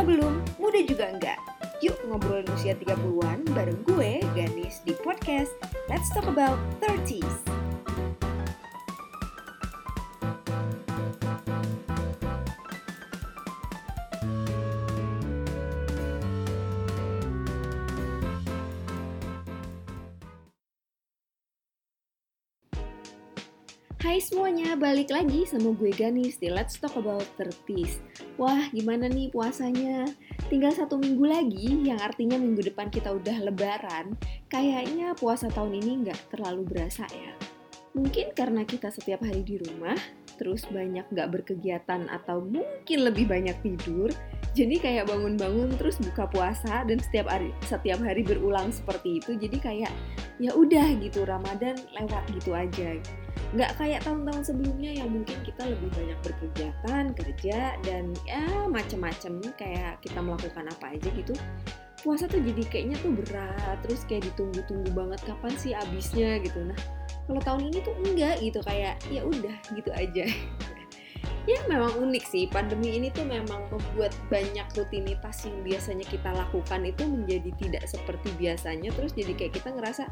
belum, muda juga enggak. Yuk ngobrolin usia 30-an bareng gue, Ganis, di podcast Let's Talk About 30s. Hai semuanya, balik lagi sama gue Ganis di Let's Talk About 30s. Wah, gimana nih puasanya? Tinggal 1 minggu lagi, yang artinya minggu depan kita udah lebaran. Kayaknya puasa tahun ini nggak terlalu berasa ya. Mungkin karena kita setiap hari di rumah, terus banyak nggak berkegiatan atau mungkin lebih banyak tidur. Jadi kayak bangun-bangun terus buka puasa dan setiap hari berulang seperti itu. Jadi kayak ya udah gitu, Ramadan lewat gitu aja. Nggak kayak tahun-tahun sebelumnya yang mungkin kita lebih banyak berkegiatan, kerja, dan ya macem-macem kayak kita melakukan apa aja gitu. Puasa tuh jadi kayaknya tuh berat, terus kayak ditunggu-tunggu banget kapan sih abisnya gitu. Nah, kalau tahun ini tuh enggak gitu, kayak ya udah gitu aja. Ya memang unik sih, pandemi ini tuh memang membuat banyak rutinitas yang biasanya kita lakukan itu menjadi tidak seperti biasanya. Terus jadi kayak kita ngerasa,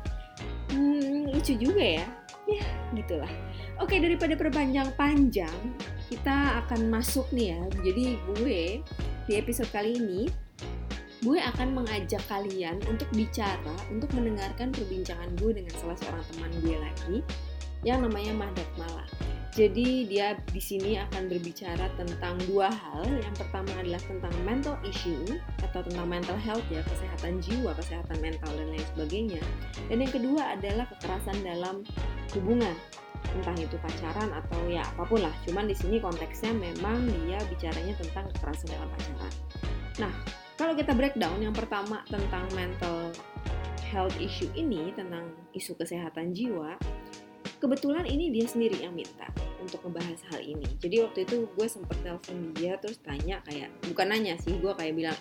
lucu juga ya. Ya gitulah. Oke, daripada perpanjang-panjang, kita akan masuk nih ya. Jadi gue di episode kali ini, gue akan mengajak kalian untuk bicara, untuk mendengarkan perbincangan gue dengan salah seorang teman gue lagi yang namanya Mahdat Mala. Jadi dia di sini akan berbicara tentang 2 hal. Yang pertama adalah tentang mental issue atau tentang mental health ya, kesehatan jiwa, kesehatan mental dan lain sebagainya. Dan yang kedua adalah kekerasan dalam hubungan, entah itu pacaran atau ya apapun lah. Cuman di sini konteksnya memang dia bicaranya tentang kekerasan dalam pacaran. Nah, kalau kita breakdown, yang pertama tentang mental health issue ini, tentang isu kesehatan jiwa. Kebetulan ini dia sendiri yang minta untuk ngebahas hal ini. Jadi waktu itu gue sempet telepon dia terus tanya kayak, bukan nanya sih, gue kayak bilang,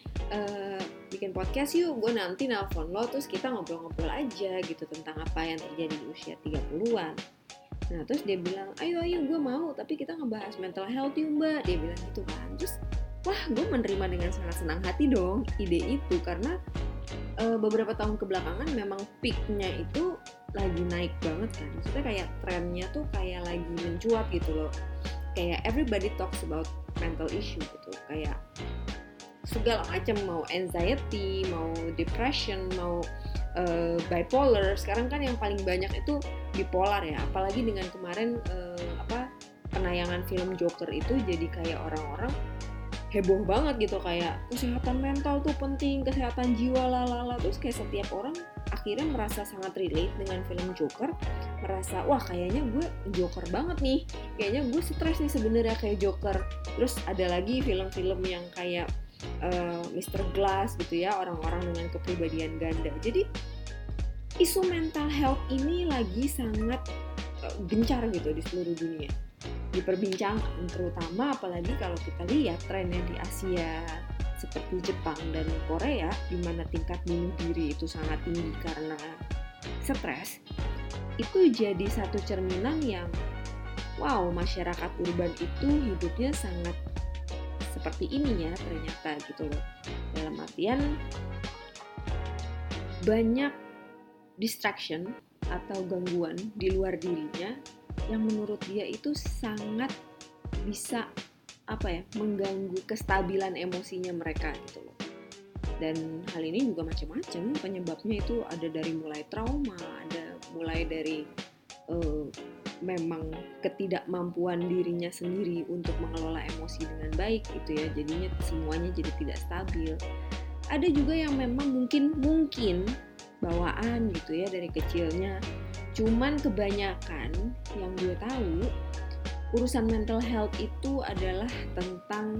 bikin podcast yuk, gue nanti nelpon lo terus kita ngobrol-ngobrol aja gitu tentang apa yang terjadi di usia 30-an. Nah terus dia bilang, ayo gue mau, tapi kita ngebahas mental health yuk mbak, dia bilang gitu kan. Terus wah, gue menerima dengan sangat senang hati dong ide itu, karena beberapa tahun kebelakangan memang peaknya itu lagi naik banget kan. Maksudnya kayak trennya tuh kayak lagi mencuat gitu loh. Kayak everybody talks about mental issue gitu. Kayak segala macam, mau anxiety, mau depression, mau bipolar. Sekarang kan yang paling banyak itu bipolar ya. Apalagi dengan kemarin penayangan film Joker itu, jadi kayak orang-orang heboh banget gitu, kayak kesehatan mental tuh penting, kesehatan jiwa lalala. Terus kayak setiap orang akhirnya merasa sangat relate dengan film Joker, merasa wah kayaknya gue Joker banget nih, kayaknya gue stres nih sebenarnya kayak Joker. Terus ada lagi film-film yang kayak Mr. Glass gitu ya, orang-orang dengan kepribadian ganda. Jadi isu mental health ini lagi sangat gencar gitu di seluruh dunia diperbincangkan, terutama apalagi kalau kita lihat trennya di Asia seperti Jepang dan Korea, di mana tingkat bunuh diri itu sangat tinggi karena stres. Itu jadi satu cerminan yang wow, masyarakat urban itu hidupnya sangat seperti ini ya ternyata gitu loh. Dalam artian banyak distraction atau gangguan di luar dirinya yang menurut dia itu sangat bisa mengganggu kestabilan emosinya mereka gitu loh. Dan hal ini juga macam-macam penyebabnya, itu ada dari mulai trauma, ada mulai dari memang ketidakmampuan dirinya sendiri untuk mengelola emosi dengan baik gitu ya, jadinya semuanya jadi tidak stabil. Ada juga yang memang mungkin bawaan gitu ya dari kecilnya. Cuman kebanyakan yang gue tahu, urusan mental health itu adalah tentang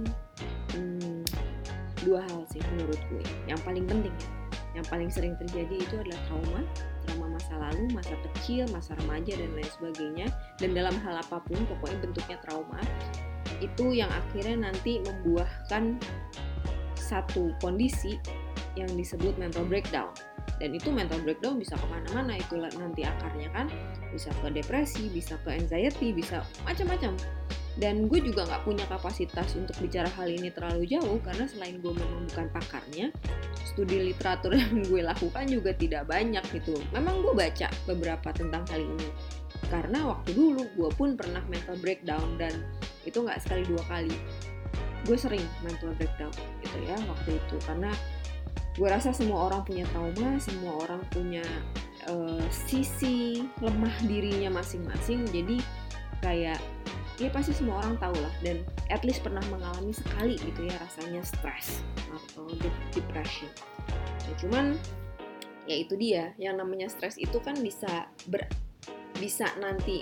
2 hal sih menurut gue. Yang paling penting ya, yang paling sering terjadi itu adalah trauma masa lalu, masa kecil, masa remaja dan lain sebagainya. Dan dalam hal apapun, pokoknya bentuknya trauma, itu yang akhirnya nanti membuahkan satu kondisi yang disebut mental breakdown. Dan itu mental breakdown bisa kemana-mana, itu nanti akarnya kan bisa ke depresi, bisa ke anxiety, bisa macam-macam. Dan gue juga nggak punya kapasitas untuk bicara hal ini terlalu jauh, karena selain gue memang bukan pakarnya, studi literatur yang gue lakukan juga tidak banyak gitu. Memang gue baca beberapa tentang hal ini, karena waktu dulu gue pun pernah mental breakdown, dan itu nggak sekali 2 kali. Gue sering mental breakdown gitu ya waktu itu, karena gue rasa semua orang punya trauma, semua orang punya sisi lemah dirinya masing-masing. Jadi kayak ya pasti semua orang tahu lah, dan at least pernah mengalami sekali gitu ya rasanya stres atau depression. Nah, cuman ya itu dia, yang namanya stres itu kan bisa nanti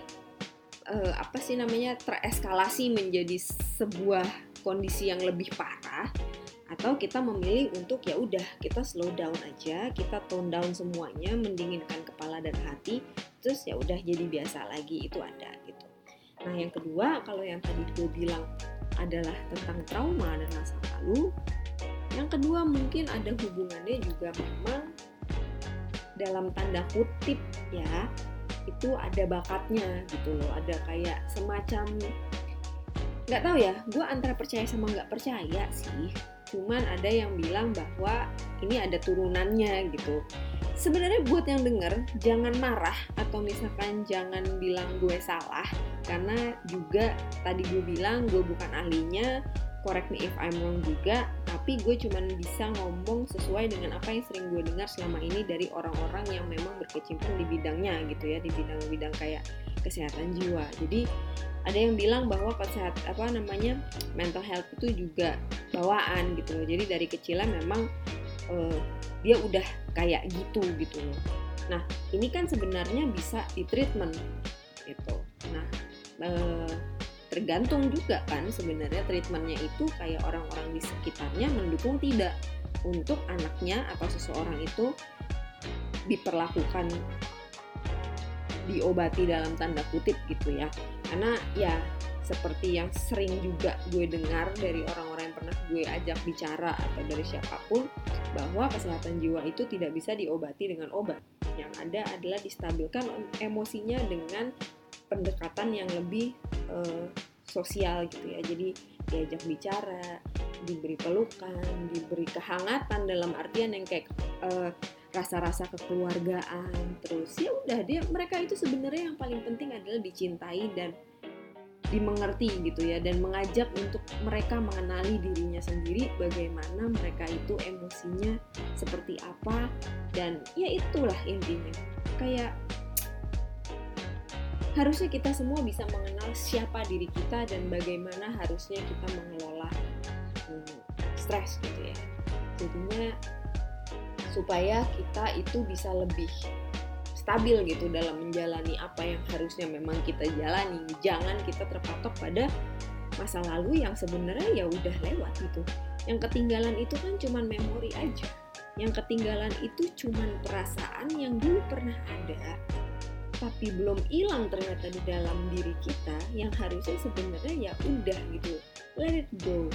tereskalasi menjadi sebuah kondisi yang lebih parah, atau kita memilih untuk ya udah kita slow down aja, kita tone down semuanya, mendinginkan kepala dan hati, terus ya udah jadi biasa lagi. Itu ada gitu. Nah, yang kedua, kalau yang tadi gue bilang adalah tentang trauma dan masa lalu, yang kedua mungkin ada hubungannya juga memang dalam tanda kutip ya, itu ada bakatnya gitu loh, ada kayak semacam, nggak tahu ya, gue antara percaya sama nggak percaya sih, cuman ada yang bilang bahwa ini ada turunannya gitu. Sebenarnya buat yang denger, jangan marah atau misalkan jangan bilang gue salah, karena juga tadi gue bilang gue bukan ahlinya, correct me if I'm wrong juga, tapi gue cuman bisa ngomong sesuai dengan apa yang sering gue dengar selama ini dari orang-orang yang memang berkecimpung di bidangnya gitu ya, di bidang-bidang kayak kesehatan jiwa. Jadi ada yang bilang bahwa mental health itu juga bawaan gitu loh. Jadi dari kecilan memang dia udah kayak gitu loh. Nah, ini kan sebenarnya bisa di treatment gitu. Nah, tergantung juga kan sebenarnya treatmentnya itu kayak orang-orang di sekitarnya mendukung tidak untuk anaknya atau seseorang itu diperlakukan diobati dalam tanda kutip gitu ya. Karena ya seperti yang sering juga gue dengar dari orang-orang yang pernah gue ajak bicara atau dari siapapun, bahwa kesehatan jiwa itu tidak bisa diobati dengan obat. Yang ada adalah distabilkan emosinya dengan pendekatan yang lebih sosial gitu ya. Jadi diajak bicara, diberi pelukan, diberi kehangatan dalam artian yang kayak rasa-rasa kekeluargaan. Terus ya udah, mereka itu sebenarnya yang paling penting adalah dicintai dan dimengerti gitu ya, dan mengajak untuk mereka mengenali dirinya sendiri, bagaimana mereka itu emosinya seperti apa, dan ya itulah intinya. Kayak harusnya kita semua bisa mengenal siapa diri kita dan bagaimana harusnya kita mengelola stres gitu ya. Jadinya supaya kita itu bisa lebih stabil gitu dalam menjalani apa yang harusnya memang kita jalani. Jangan kita terpatok pada masa lalu yang sebenarnya ya udah lewat gitu. Yang ketinggalan itu kan cuman memori aja. Yang ketinggalan itu cuman perasaan yang dulu pernah ada, tapi belum hilang ternyata di dalam diri kita, yang harusnya sebenarnya ya udah gitu, let it go.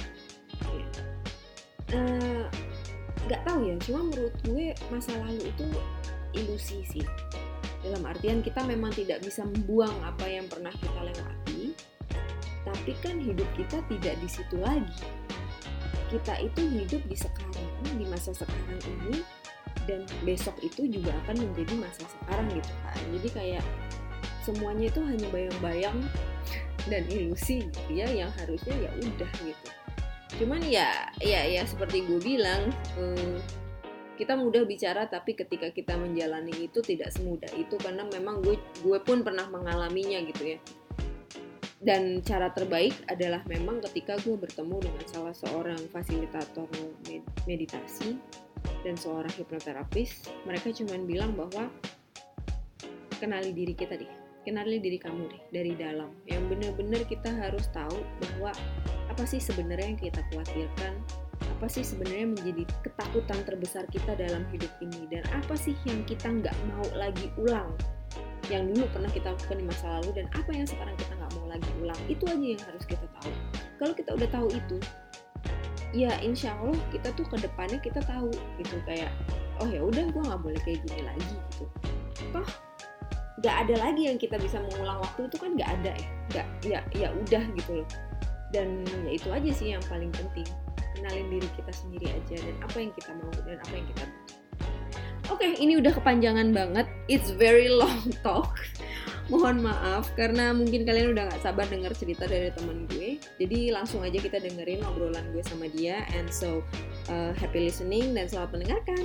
Gak tahu ya, cuma menurut gue masa lalu itu ilusi sih. Dalam artian kita memang tidak bisa membuang apa yang pernah kita lewati, tapi kan hidup kita tidak di situ lagi. Kita itu hidup di sekarang, di masa sekarang ini, dan besok itu juga akan menjadi masa sekarang gitu kan. Jadi kayak semuanya itu hanya bayang-bayang dan ilusi gitu ya, yang harusnya ya udah gitu. Cuman ya seperti gue bilang, kita mudah bicara, tapi ketika kita menjalani itu tidak semudah itu, karena memang gue pun pernah mengalaminya gitu ya. Dan cara terbaik adalah memang ketika gue bertemu dengan salah seorang fasilitator meditasi dan seorang hipnoterapis. Mereka cuma bilang bahwa kenali diri kita deh, kenali diri kamu deh dari dalam. Yang benar-benar kita harus tahu bahwa apa sih sebenarnya yang kita khawatirkan, apa sih sebenarnya menjadi ketakutan terbesar kita dalam hidup ini, dan apa sih yang kita nggak mau lagi ulang, yang dulu pernah kita lakukan di masa lalu, dan apa yang sekarang kita nggak mau lagi ulang. Itu aja yang harus kita tahu. Kalau kita udah tahu itu, ya insya Allah kita tuh ke depannya kita tahu gitu, kayak oh ya udah gue nggak boleh kayak gini lagi gitu. Toh nggak ada lagi yang kita bisa mengulang waktu itu kan, nggak ada ya udah gitu loh. Dan ya itu aja sih yang paling penting, kenalin diri kita sendiri aja dan apa yang kita mau dan apa yang kita butuh. Oke, ini udah kepanjangan banget, it's very long talk. Mohon maaf karena mungkin kalian udah gak sabar denger cerita dari teman gue. Jadi langsung aja kita dengerin obrolan gue sama dia. And so happy listening dan selamat mendengarkan.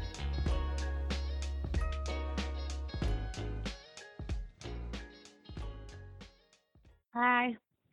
Hai.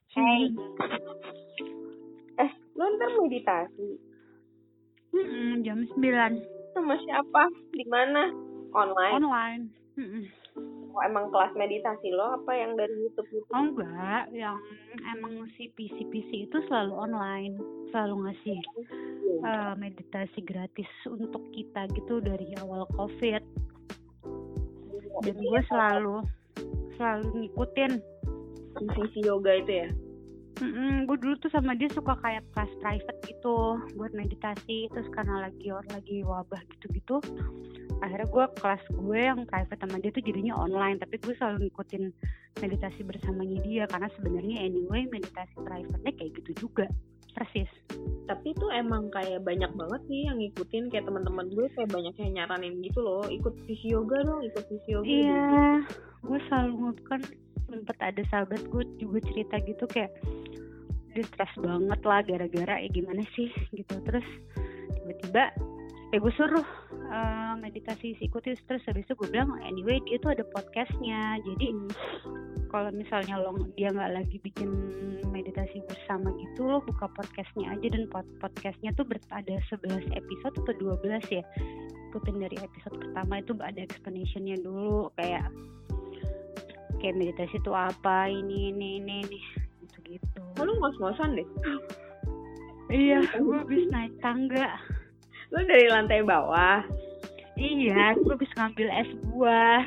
Lo ntar meditasi? Jam 9. Sama siapa? Di mana? Online? Online. Oh, emang kelas meditasi lo apa yang dari YouTube gitu? Oh enggak, yang emang si PC itu selalu online, selalu ngasih meditasi gratis untuk kita gitu dari awal COVID. Dan gue selalu ngikutin. Visi yoga itu ya? Gue dulu tuh sama dia suka kayak kelas private gitu buat meditasi, terus karena lagi wabah gitu-gitu, akhirnya kelas gue yang private sama dia tuh jadinya online, tapi gue selalu ngikutin meditasi bersamanya dia karena sebenarnya anyway meditasi private-nya kayak gitu juga persis. Tapi tuh emang kayak banyak banget sih yang ngikutin, kayak teman-teman gue kayak banyak yang nyaranin gitu loh, ikut visi yoga dong, ikut visi yoga. Iya, gue selalu kan sempet ada sahabat gue juga cerita gitu kayak dia stres banget lah gara-gara gimana sih gitu, terus tiba-tiba gue suruh meditasi ikuti, terus habis itu gue bilang anyway dia tuh ada podcastnya, jadi kalau misalnya dia nggak lagi bikin meditasi bersama gitu, lo buka podcastnya aja, dan podcastnya tuh ada 11 episode atau 12 ya, ikutin dari episode pertama itu ada explanationnya dulu, kayak meditasi itu apa, ini gitu. Lu ngos-ngosan deh. Iya, gue habis naik tangga. Lu dari lantai bawah? Iya, gue habis ngambil es buah.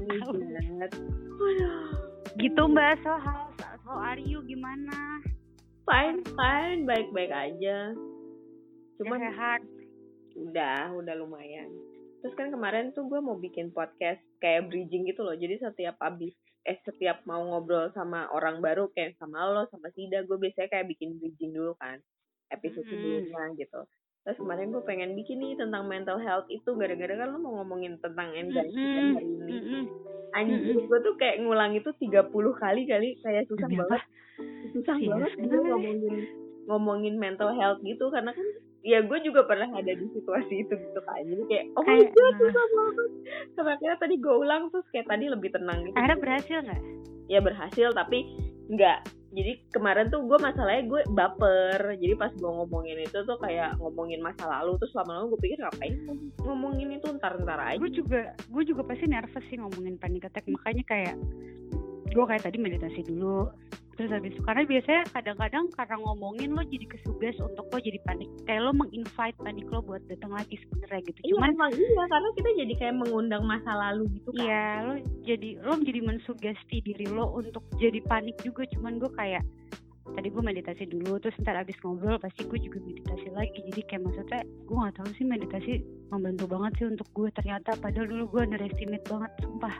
Gitu Mbak, so are you, gimana? Fine, baik-baik aja. Cuma sehat. Udah lumayan. Terus kan kemarin tuh gue mau bikin podcast kayak bridging gitu loh. Jadi setiap mau ngobrol sama orang baru kayak sama lo, sama Sida, gue biasanya kayak bikin bridging dulu kan, episode sebelumnya gitu. Terus kemarin gue pengen bikin nih tentang mental health itu, gara-gara kan lo mau ngomongin tentang anxiety kan hari ini. Anjir, gue tuh kayak ngulang itu 30 kali kayak susah banget. Susah banget gue ngomongin mental health gitu, karena kan ya gue juga pernah ada di situasi itu gitu kan, jadi kayak oh my god susah banget. Sampai akhirnya tadi gue ulang, terus kayak tadi lebih tenang gitu. Akhirnya berhasil nggak? Ya berhasil, tapi nggak. Jadi kemarin tuh gue masalahnya gue baper, jadi pas gue ngomongin itu tuh kayak ngomongin masa lalu, terus lama-lama gue pikir ngapain ngomongin itu, ntar aja. Gue juga pasti nervous sih ngomongin panic attack, makanya kayak gue kayak tadi meditasi dulu. Terus habis itu, karena biasanya kadang-kadang karena ngomongin lo jadi kesugas untuk lo jadi panik, kayak lo menginvite panik lo buat datang lagi sebenarnya gitu. Cuman iya, karena kita jadi kayak mengundang masa lalu gitu kan. Iya, lo jadi mensugesti diri lo untuk jadi panik juga. Cuman gue kayak tadi gue meditasi dulu, terus ntar abis ngobrol pasti gue juga meditasi lagi. Jadi kayak maksudnya gue nggak tahu sih, meditasi membantu banget sih untuk gue ternyata. Padahal dulu gue underestimate banget, sumpah.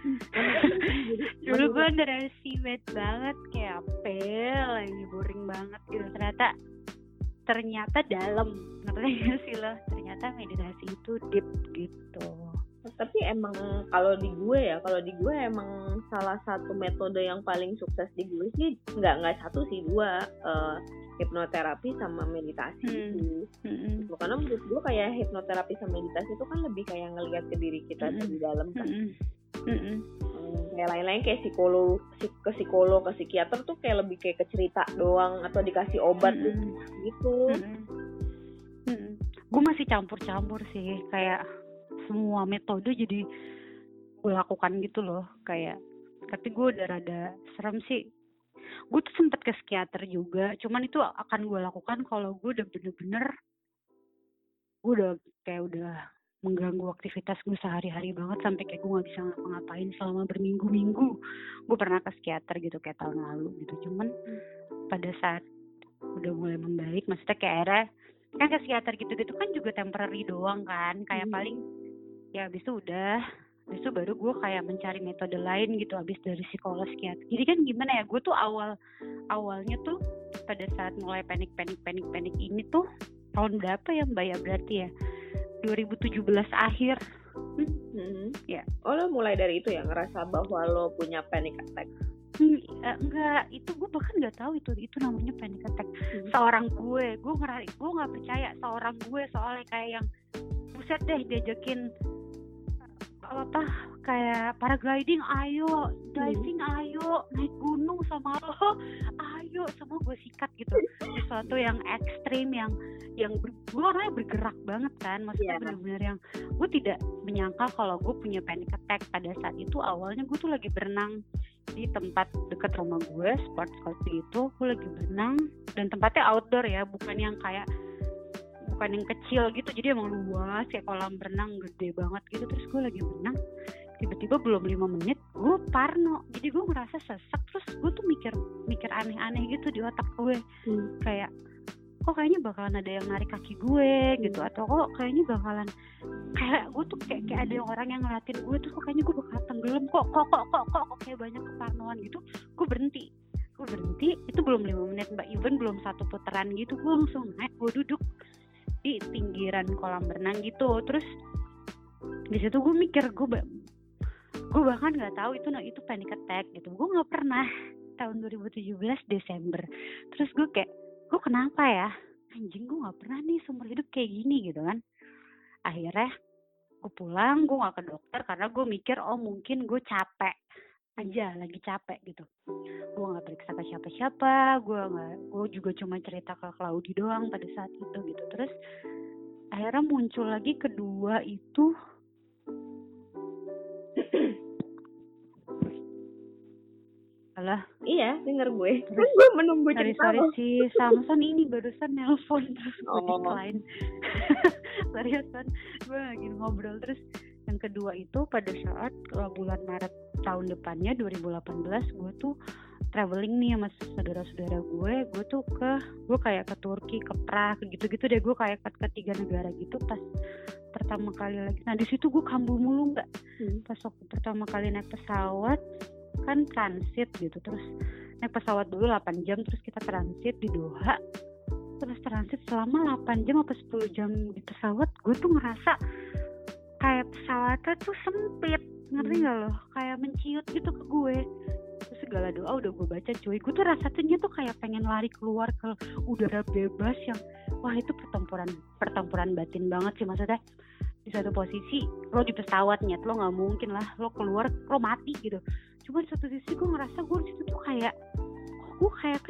Dulu gue underestimate banget, kayak lagi boring banget gitu. Ternyata dalam, ngerti gak sih lo? Ternyata meditasi itu deep gitu. Tapi emang kalau di gue emang salah satu metode yang paling sukses di gue sih nggak satu sih, dua, hipnoterapi sama meditasi itu. Karena menurut gue kayak hipnoterapi sama meditasi itu kan lebih kayak ngelihat ke diri kita dari dalam kan. Kayak lain-lain kayak ke psikolog, ke psikiater tuh kayak lebih kayak ke cerita doang atau dikasih obat gitu. Gue masih campur-campur sih, kayak semua metode jadi gue lakukan gitu loh, kayak. Tapi gue udah rada serem sih. Gue tuh sempet ke psikiater juga, cuman itu akan gue lakukan kalau gue udah bener-bener gue udah mengganggu aktivitas gue sehari-hari banget, sampai kayak gue nggak bisa ngapa-ngapain selama berminggu-minggu. Gue pernah ke psikiater gitu kayak tahun lalu gitu. Cuman pada saat udah mulai membaik, maksudnya kayak akhirnya kan ke psikiater gitu-gitu kan juga temporary doang kan, kayak paling ya abis itu udah Habis itu baru gue kayak mencari metode lain gitu abis dari psikolog psikiater. Jadi kan gimana ya, gue tuh awalnya tuh pada saat mulai panik ini tuh tahun berapa ya Mbak ya, berarti ya 2017 akhir. Ya. Oh, lo mulai dari itu ya, ngerasa bahwa lo punya panic attack? Enggak, itu gue bahkan nggak tahu itu namanya panic attack. Seorang gue nggak percaya seorang gue, soalnya kayak yang buset deh diajakin apa kayak paragliding ayo, diving ayo, naik gunung sama lo ayo, semua gue sikat gitu. Sesuatu yang ekstrim, yang gue orangnya bergerak banget kan, maksudnya benar-benar yang gue tidak menyangka kalau gue punya panic attack pada saat itu. Awalnya gue tuh lagi berenang di tempat dekat rumah gue, sport gitu, gue lagi berenang dan tempatnya outdoor ya, bukan yang kecil gitu, jadi emang luas kayak kolam renang gede banget gitu. Terus gue lagi berenang, tiba-tiba belum 5 menit gue parno, jadi gue ngerasa sesak. Terus gue tuh mikir aneh-aneh gitu di otak gue, kayak kok kayaknya bakalan ada yang narik kaki gue gitu, atau kok kayaknya bakalan kayak gue tuh kayak ada orang yang ngeliatin gue, terus kok kayaknya gue bakal tenggelam, kok kayak banyak keparnoan gitu. Gue berhenti, itu belum 5 menit Mbak, even belum 1 putaran gitu, gue langsung naik, gue duduk di pinggiran kolam renang gitu. Terus di situ gue mikir, gue bahkan nggak tahu itu panic attack gitu, gue nggak pernah. Tahun 2017 Desember, terus gue kayak, gue kenapa ya, anjing gue nggak pernah nih seumur hidup kayak gini gitu kan. Akhirnya gue pulang, gue nggak ke dokter karena gue mikir mungkin gue capek aja, lagi capek gitu. Gue nggak periksa ke siapa-siapa, gue juga cuma cerita ke Claudi doang pada saat itu gitu. Terus akhirnya muncul lagi kedua itu alah, iya denger gue. Terus gue menunggu cerita. Sorry si Samson ini barusan nelpon terus gue decline. Seriusan, gue lagi ngobrol. Terus yang kedua itu pada saat bulan Maret tahun depannya 2018, gue tuh traveling nih sama saudara-saudara gue tuh gue kayak ke Turki, ke Prague gitu-gitu deh. Gue kayak ke 3 negara gitu pas pertama kali lagi. Nah di situ gue kambuh mulu nggak. Pas waktu pertama kali naik pesawat kan transit gitu, terus naik pesawat dulu 8 jam, terus kita transit di Doha, terus transit selama 8 jam apa 10 jam di pesawat. Gue tuh ngerasa kayak pesawatnya tuh sempit, ngerti gak lo, kayak menciut gitu ke gue. Terus segala doa udah gue baca cuy, gue tuh rasanya tuh kayak pengen lari keluar ke udara bebas yang wah itu pertempuran batin banget sih. Maksudnya di satu posisi lo di pesawat nyet, lo nggak mungkin lah lo keluar lo mati gitu. Cuma di satu sisi gue ngerasa gue di situ tuh kayak gue kayak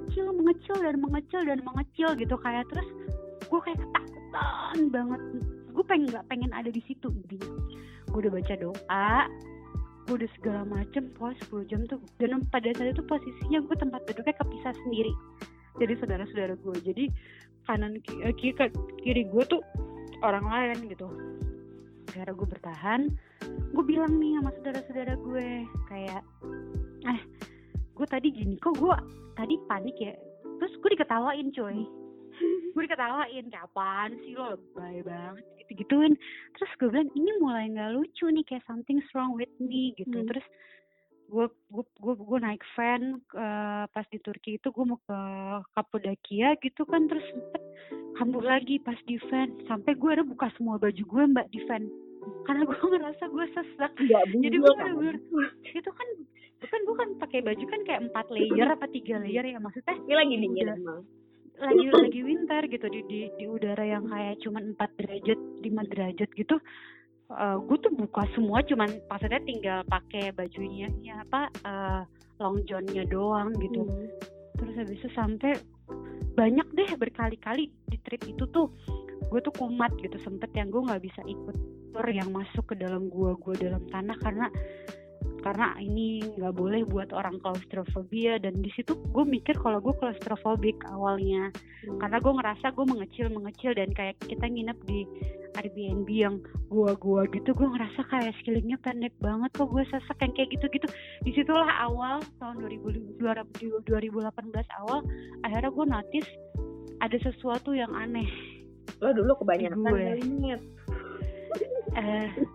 mengecil gitu, kayak terus gue kayak ketakutan banget. Gue nggak pengen ada di situ intinya. Gue udah baca doa, gue udah segala macem, pokoknya 10 jam tuh. Dan pada saat itu posisinya gue tempat duduknya kepisah sendiri jadi saudara-saudara gue. Jadi kanan kiri gue tuh orang lain gitu. Akhirnya gue bertahan, gue bilang nih sama saudara-saudara gue kayak gue tadi gini, kok gue tadi panik ya. Terus gue diketawain coy, gue diketawain, kayak apaan sih lo lebay banget gitu-gituin. Terus gue bilang ini mulai nggak lucu nih, kayak something's wrong with me gitu. Terus gue naik van pas di Turki itu, gue mau ke Kapadokia gitu kan, terus sempet kambuh lagi pas di van, sampai gue ada buka semua baju gue Mbak di van karena gue ngerasa gue sesak. Jadi gue bener-bener itu kan gue kan pakai baju kan kayak 4 layer apa 3 layer ya, maksudnya ini lagi dingin emang, lagi winter gitu di udara yang kayak cuman 4 derajat 5 derajat gitu. Gue tuh buka semua, cuman maksudnya tinggal pakai bajunya ya long johnnya doang gitu. Terus habis itu sampai banyak deh berkali-kali di trip itu tuh gue tuh kumat gitu, sempet yang gue nggak bisa ikut tour yang masuk ke dalam gua dalam tanah karena ini nggak boleh buat orang klaustrofobia. Dan di situ gue mikir kalau gue klaustrofobik awalnya karena gue ngerasa gue mengecil dan kayak kita nginep di Airbnb yang gua gitu, gue ngerasa kayak ceilingnya pendek banget, kok gue sesak yang kayak gitu-gitu. Disitulah awal tahun 2018 awal akhirnya gue notice ada sesuatu yang aneh. Lo dulu kebanyakan inget.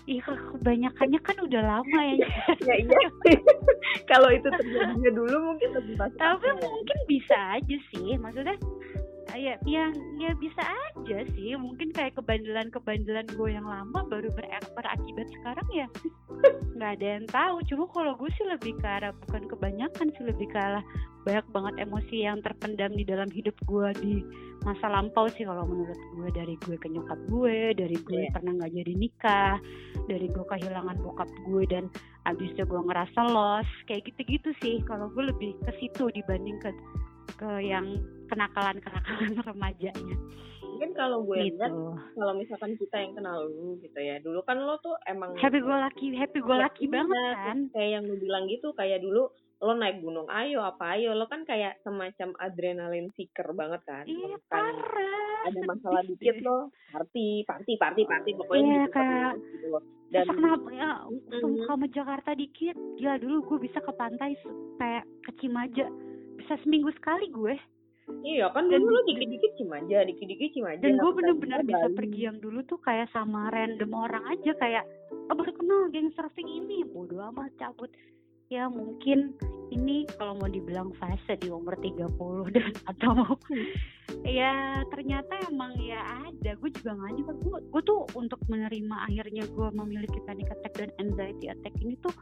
Iya, kebanyakannya kan udah lama ya. Ya iya. Kalau itu terjadinya dulu mungkin lebih masuk Tapi akal. mungkin bisa aja sih, maksudnya ya bisa aja sih. Mungkin kayak kebandelan gue yang lama baru berakibat sekarang ya. Nggak ada yang tahu. Cuma kalau gue sih lebih ke arah bukan kebanyakan sih, lebih ke arah banyak banget emosi yang terpendam di dalam hidup gue di masa lampau sih kalau menurut gue. Dari gue ke nyokap gue, dari gue pernah nggak jadi nikah, dari gue kehilangan bokap gue dan abis itu gue ngerasa lost, kayak gitu-gitu sih. Kalau gue lebih ke situ dibanding ke yang kenakalan remajanya. Mungkin kalau gue gitu. lihat, kalau misalkan kita yang kenal lu gitu ya, dulu kan lo tuh emang happy go lucky banget kan. Kayak yang lu bilang gitu, kayak dulu lo naik gunung ayo lo kan kayak semacam adrenalin seeker banget kan. Iya, Kan parah. ada masalah dikit lo party pokoknya Iya, gitu, kayak gitu loh. Dan kenapa ya sama Jakarta dikit, gila dulu gue bisa ke pantai kayak ke Cimaja bisa seminggu sekali gue. Iya kan dulu lo dikit-dikit Cimaja. Dan gue bener-bener bisa pergi yang dulu tuh kayak sama random orang aja, kayak baru kenal geng surfing ini, bodo amat cabut. Ya mungkin ini kalau mau dibilang fase di umur 30 dan atau ya ternyata emang ya ada. Gue juga gak nyangka, gue tuh untuk menerima akhirnya gue memiliki panic attack dan anxiety attack ini tuh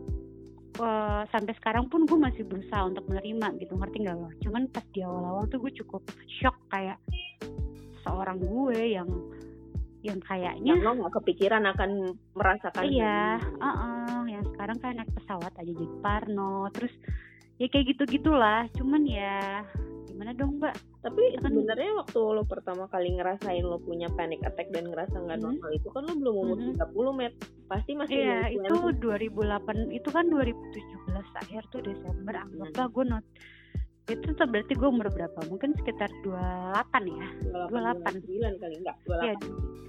sampai sekarang pun gue masih berusaha untuk menerima gitu, ngerti gak lo? Cuman pas di awal-awal tuh gue cukup shock, kayak seorang gue yang kayaknya lo gak kepikiran akan merasakan iya, yang sekarang kan naik pesawat aja jadi parno, terus ya kayak gitu-gitulah. Cuman ya gimana dong mbak? Tapi sebenarnya waktu lo pertama kali ngerasain lo punya panic attack dan ngerasa nggak normal itu kan lo belum umur 30 Met, pasti masih iya itu 2008, itu kan 2017 akhir tuh Desember, anggaplah gue itu tuh berarti gue umur berapa? Mungkin sekitar 28 ya, 28 kali enggak 28 ya,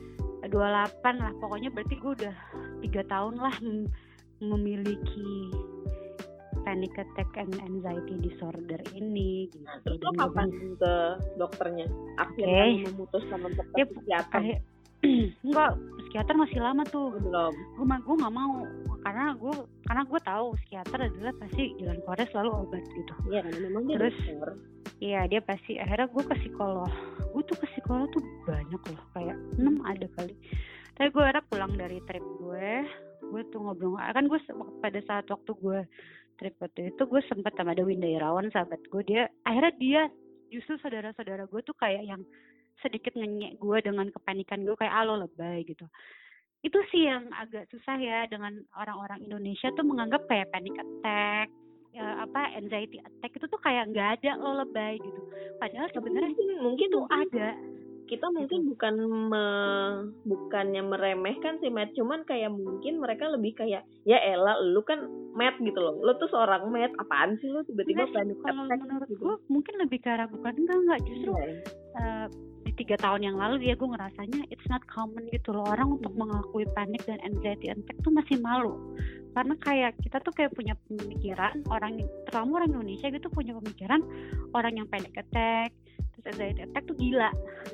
28 lah pokoknya. Berarti gue udah 3 tahun lah memiliki panic attack and anxiety disorder ini gitu. Terus lo kapan ke dokternya? Akhirnya memutuskan untuk ke psikiater? Enggak, psikiater masih lama tuh. Belum. Gue nggak mau karena gue tahu psikiater adalah pasti jalan keluarnya selalu obat gitu. Iya kan memang dia terus dokter. Iya dia pasti. Akhirnya gue ke psikolog. Gue tuh ke psikolog tuh banyak loh, kayak 6 ada kali. Tapi gue akhirnya pulang dari trip gue tuh ngobrol kan. Gue pada saat waktu gue trip waktu itu gue sempat sama ada Winda Irawan sahabat gue, akhirnya dia justru saudara-saudara gue tuh kayak yang sedikit ngenyek gue dengan kepanikan gue, kayak lo lebay gitu. Itu sih yang agak susah ya dengan orang-orang Indonesia tuh menganggap kayak panic attack anxiety attack itu tuh kayak nggak ada, lo lebay gitu. Padahal sebenarnya mungkin tuh ada. Kita mungkin gitu. Bukannya meremehkan sih Matt, cuman kayak mungkin mereka lebih kayak ya elah lu kan Matt gitu loh, lu tuh seorang Matt, apaan sih lu tiba-tiba panic attack. Kalau menurut gitu. Gue mungkin lebih ke arah bukan enggak justru di 3 tahun yang lalu gue ngerasanya it's not common gitu loh, orang untuk mengakui panik dan anxiety attack tuh masih malu. Karena kayak kita tuh kayak punya pemikiran, terutama orang Indonesia gitu punya pemikiran orang yang panic attack terus anxiety attack tuh gila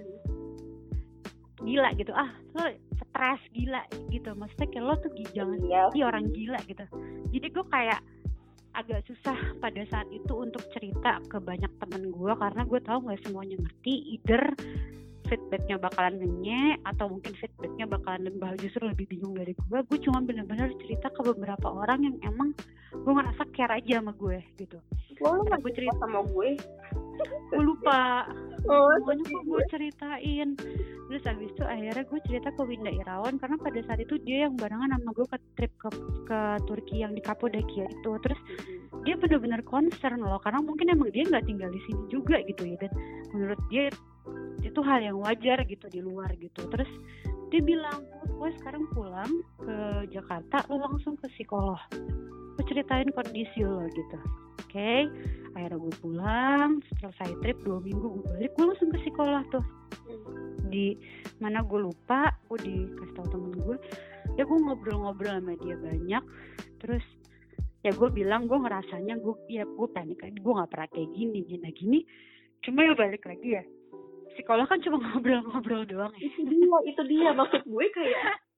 gitu, lo stres gila gitu, maksudnya kayak lo tuh jangan orang gila gitu. Jadi gue kayak agak susah pada saat itu untuk cerita ke banyak temen gue karena gue tahu nggak semuanya ngerti, either feedbacknya bakalan ngenyek atau mungkin feedbacknya bakalan justru lebih bingung dari gue. Gue cuma benar-benar cerita ke beberapa orang yang emang gue ngerasa care aja sama gue gitu. Lo nggak cerita sama gue? Gue lupa semuanya kok gue ceritain. Terus abis itu akhirnya gue cerita ke Winda Irawan karena pada saat itu dia yang barengan sama gue ke trip ke Turki yang di Kapadokia itu. Terus dia benar-benar concern loh karena mungkin emang dia nggak tinggal di sini juga gitu ya, dan menurut dia itu hal yang wajar gitu di luar gitu. Terus dia bilang, gue sekarang pulang ke Jakarta, lo langsung ke psikolog, lo ceritain kondisi lo gitu. Oke, akhirnya gue pulang, selesai trip 2 minggu gue balik, gue langsung ke psikolog tuh. Di mana gue lupa, gue dikasih tahu temen gue, ya gue ngobrol-ngobrol sama dia banyak. Terus ya gue bilang gue ngerasanya gue panik, gue nggak pernah kayak gini. Cuma ya balik lagi ya, psikolog kan cuma ngobrol-ngobrol doang ya. Itu dia maksud gue, kayak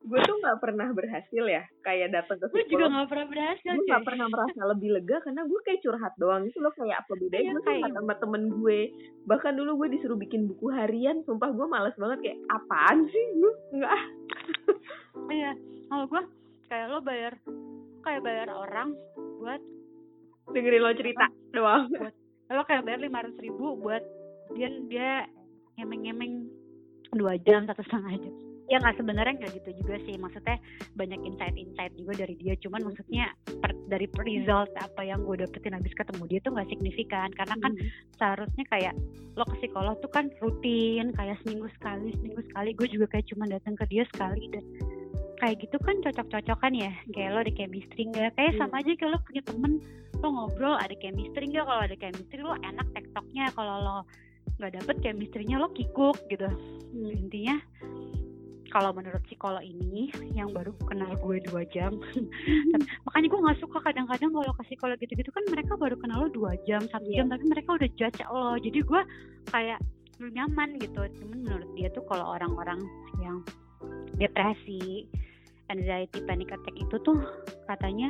gue tuh nggak pernah berhasil ya kayak datang ke Gue juga psikolog. nggak pernah berhasil. Gue nggak pernah merasa lebih lega karena gue kayak curhat doang gitu loh, kayak apa bedanya gue curhat sama temen gue. Bahkan dulu gue disuruh bikin buku harian, sumpah gue malas banget, kayak apaan sih gue nggak. Iya, kalau gue kayak lo bayar orang buat dengerin lo cerita doang. Lo kayak bayar 500.000 buat dia ngemeng-ngemeng 2 jam 1,5 jam. Ya nggak, sebenarnya nggak gitu juga sih, maksudnya banyak insight juga dari dia, cuman maksudnya dari result apa yang gue dapetin habis ketemu dia tuh nggak signifikan, karena kan seharusnya kayak lo ke psikolog tuh kan rutin, kayak seminggu sekali. Gue juga kayak cuma datang ke dia sekali, dan kayak gitu kan cocok-cocokan ya, kayak lo ada chemistry nggak, kayak sama aja kayak lo punya temen, lo ngobrol ada chemistry nggak, kalau ada chemistry lo enak tektoknya, kalau lo nggak dapet chemistry-nya lo kikuk gitu. Intinya kalau menurut psikolog ini yang baru kenal gue 2 jam makanya gue nggak suka kadang-kadang kalau ke psikolog gitu-gitu kan mereka baru kenal lo 2 jam 1 jam tapi mereka udah judge lo, jadi gue kayak nyaman gitu. Cuman menurut dia tuh kalau orang-orang yang depresi, anxiety, panic attack itu tuh katanya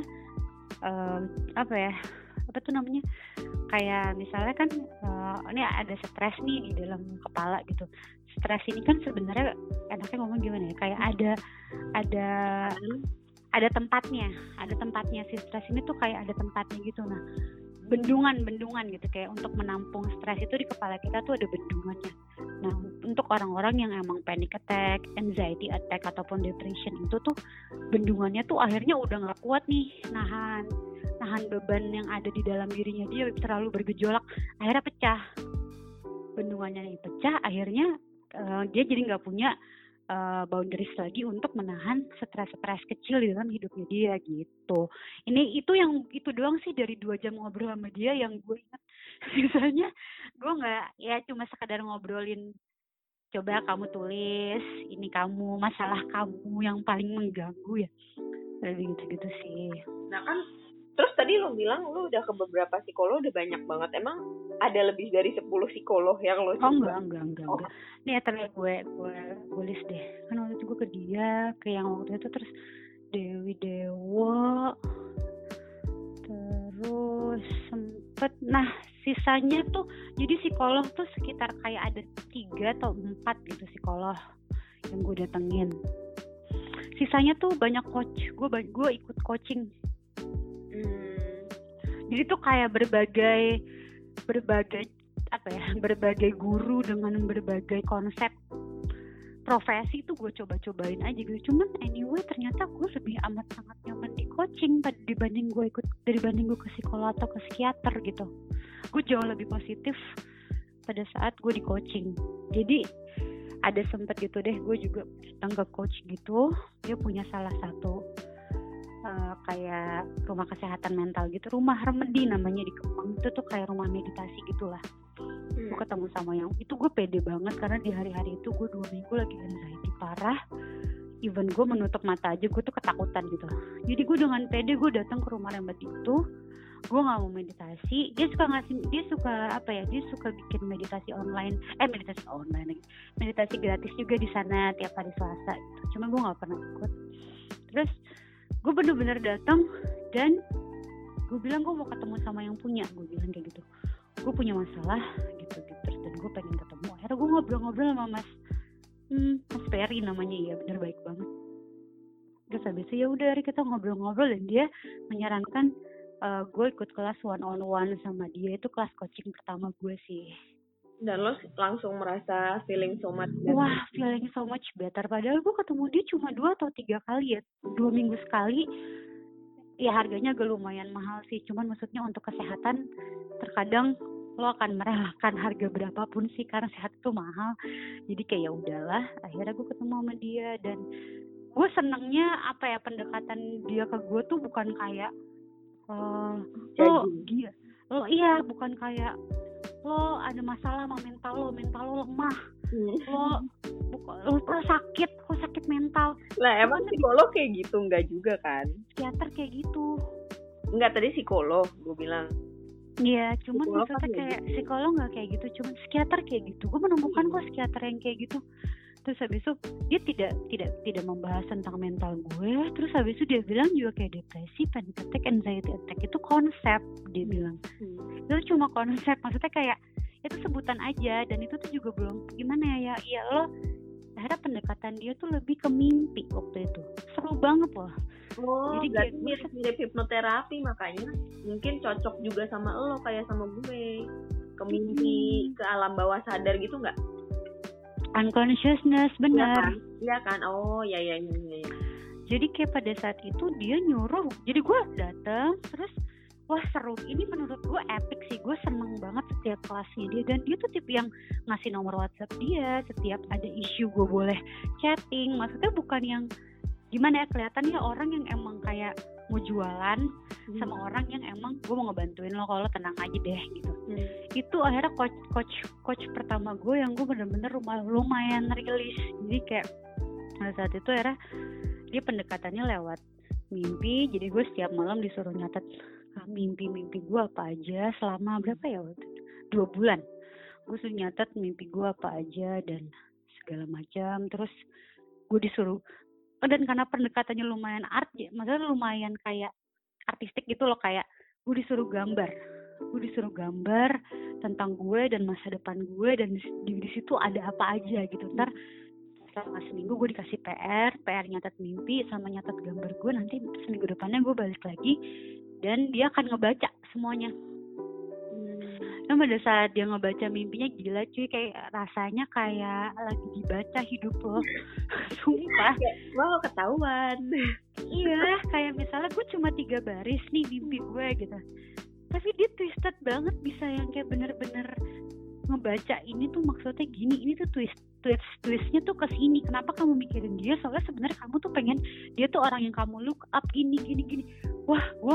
apa tuh namanya, kayak misalnya kan ini ada stres nih di dalam kepala gitu. Stres ini kan sebenarnya enaknya ngomong gimana ya, kayak ada tempatnya si stres ini tuh kayak ada tempatnya gitu. Nah, bendungan gitu, kayak untuk menampung stres itu di kepala kita tuh ada bendungannya. Nah, untuk orang-orang yang emang panic attack, anxiety attack ataupun depression itu tuh bendungannya tuh akhirnya udah nggak kuat nih nahan beban yang ada di dalam dirinya, dia terlalu bergejolak, akhirnya pecah. Bendungannya yang pecah, akhirnya dia jadi nggak punya boundaries lagi untuk menahan stres kecil di dalam hidupnya dia gitu. Itu doang sih dari 2 jam ngobrol sama dia yang gue ingat. Sisanya gue nggak, ya cuma sekadar ngobrolin, coba kamu tulis ini kamu, masalah kamu yang paling mengganggu ya, lebih gitu sih. Nah kan terus tadi lo bilang lo udah ke beberapa psikolog, udah banyak banget. Emang ada lebih dari 10 psikolog yang lo coba? Enggak. Nih terus gue list deh. Kan waktu itu gue ke dia, ke yang waktu itu, terus Dewi Dewo, terus sempet. Nah sisanya tuh jadi psikolog tuh sekitar kayak ada 3 atau 4 gitu psikolog yang gue datengin. Sisanya tuh banyak coach. Gue ikut coaching. Jadi tuh kayak berbagai guru dengan berbagai konsep profesi tuh gue coba-cobain aja gitu. Cuman anyway ternyata gue lebih amat sangat nyaman di coaching dibanding gue ke psikolog atau ke psikiater gitu. Gue jauh lebih positif pada saat gue di coaching. Jadi ada sempet gitu deh gue juga datang ke coach gitu. Dia punya salah satu kayak rumah kesehatan mental gitu, rumah remedi namanya di Kemang. Itu tuh kayak rumah meditasi gitulah. Gue ketemu sama yang itu, gue pede banget karena di hari-hari itu gue 2 minggu lagi anxiety parah. Even gue menutup mata aja gue tuh ketakutan gitu. Jadi gue dengan pede gue datang ke rumah remedi itu. Gue nggak mau meditasi. Dia suka bikin meditasi online meditasi gratis juga di sana tiap hari Selasa gitu. Cuma gue nggak pernah ikut. Terus gue bener-bener datang dan gue bilang gue mau ketemu sama yang punya, gue bilang kayak gitu, gue punya masalah gitu terus, dan gue pengen ketemu. Akhirnya gue ngobrol sama Mas Ferry namanya, ya bener baik banget. Terus habis itu ya udah kita ngobrol dan dia menyarankan gue ikut kelas 1-on-1 sama dia. Itu kelas coaching pertama gue sih. Dan lo langsung merasa feeling so much better. Wah, feeling so much better. Padahal gue ketemu dia cuma 2 atau 3 kali ya. 2 minggu sekali. Ya harganya agak lumayan mahal sih. Cuman maksudnya untuk kesehatan terkadang lo akan merelakan harga berapapun sih karena sehat itu mahal. Jadi kayak ya udahlah. Akhirnya gue ketemu sama dia dan gue senengnya pendekatan dia ke gue tuh bukan kayak bukan kayak lo ada masalah sama mental lo lemah, lo sakit mental. Lah emang psikolog kayak gitu? Enggak juga kan? Psikiater kayak gitu. Enggak, tadi psikolog gue bilang. Iya, cuman maksudnya kayak psikolog nggak kayak gitu, cuman psikiater kayak gitu. Gue menemukan kok psikiater yang kayak gitu. Terus habis itu dia tidak membahas tentang mental gue. Terus habis itu dia bilang juga kayak depresi, panic attack, anxiety attack itu konsep, dia bilang. Itu cuma konsep, maksudnya kayak itu sebutan aja, dan itu tuh juga belum gimana ya. Ya lo akhirnya pendekatan dia tuh lebih ke mimpi waktu itu. Seru banget loh. Jadi berarti mirip hipnoterapi, makanya mungkin cocok juga sama lo kayak sama gue, ke mimpi, ke alam bawah sadar gitu nggak? Unconsciousness, benar. Iya kan? Oh ya. Jadi kayak pada saat itu dia nyuruh, jadi gue datang terus wah seru, ini menurut gue epic sih, gue seneng banget setiap kelasnya dia, dan dia tuh tipe yang ngasih nomor WhatsApp dia setiap ada isu gue boleh chatting. Maksudnya bukan yang gimana ya, kelihatannya orang yang emang kayak mau jualan sama orang yang emang gue mau ngebantuin lo, kalau tenang aja deh gitu. Itu akhirnya coach pertama gue yang gue bener-bener lumayan rilis. Jadi kayak pada saat itu akhirnya dia pendekatannya lewat mimpi. Jadi gue setiap malam disuruh nyatet mimpi gue apa aja selama berapa ya waktu itu, 2 bulan. Gue suruh nyatet mimpi gue apa aja dan segala macam. Terus gue disuruh, dan karena pendekatannya lumayan maksudnya lumayan kayak artistik gitu loh, kayak gue disuruh gambar tentang gue dan masa depan gue, dan di situ ada apa aja gitu. Ntar selama seminggu gue dikasih PR nyatet mimpi sama nyatet gambar gue. Nanti seminggu depannya gue balik lagi dan dia akan ngebaca semuanya. Nah pada saat dia ngebaca mimpinya, gila cuy, kayak rasanya kayak lagi dibaca hidup lo. Sumpah. Wow, ketahuan. Iya, kayak misalnya gue cuma 3 baris nih mimpi gue gitu, tapi dia twisted banget, bisa yang kayak bener-bener ngebaca ini tuh maksudnya gini, ini tuh twistnya tuh ke sini. Kenapa kamu mikirin dia? Soalnya sebenarnya kamu tuh pengen dia tuh orang yang kamu look up gini. Wah, gue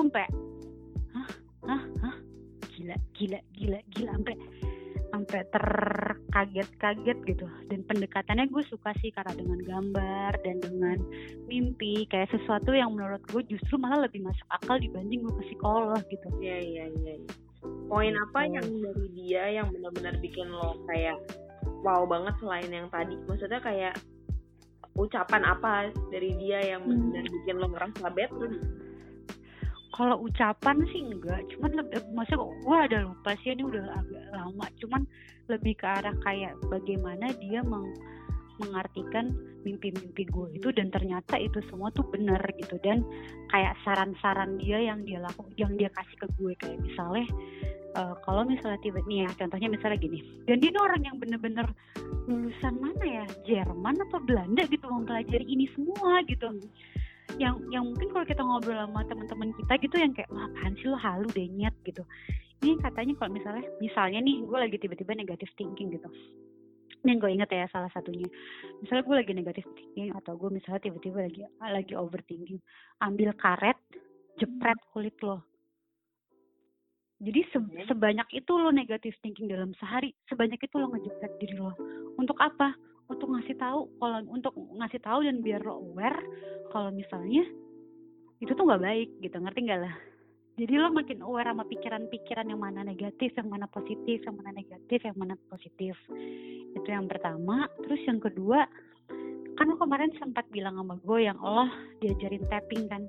gila sampai terkaget gitu. Dan pendekatannya gue suka sih karena dengan gambar dan dengan mimpi, kayak sesuatu yang menurut gue justru malah lebih masuk akal dibanding gue ke psikolog gitu. Iya. Poin apa yang dari dia yang benar-benar bikin lo kayak wow banget selain yang tadi? Maksudnya kayak ucapan apa dari dia yang benar-benar bikin lo ngerasa better? Kalau ucapan sih enggak, cuman maksudnya gue ada lupa sih, ini udah agak lama, cuman lebih ke arah kayak bagaimana dia mengartikan mimpi-mimpi gue itu, dan ternyata itu semua tuh benar gitu. Dan kayak saran-saran dia yang dia kasih ke gue, kayak misalnya kalau misalnya nih ya, contohnya misalnya gini, dan dia orang yang bener-bener lulusan mana ya, Jerman atau Belanda gitu, mempelajari ini semua gitu. Yang mungkin kalau kita ngobrol sama teman-teman kita gitu yang kayak apaan sih lo, halu deh nyet gitu. Ini katanya kalau misalnya nih gue lagi tiba-tiba negative thinking gitu, dan gue inget ya salah satunya, misalnya gue lagi negative thinking atau gue misalnya tiba-tiba lagi overthinking, ambil karet jepret kulit lo. Jadi sebanyak itu lo negative thinking dalam sehari, sebanyak itu lo ngejepret diri lo. Untuk apa? Untuk ngasih tahu dan biar lo aware kalau misalnya itu tuh nggak baik gitu, ngerti nggak lah? Jadi lo makin aware sama pikiran-pikiran yang mana negatif, yang mana positif, yang mana negatif, yang mana positif. Itu yang pertama. Terus yang kedua, kan lo kemarin sempat bilang sama gue yang lo diajarin tapping kan?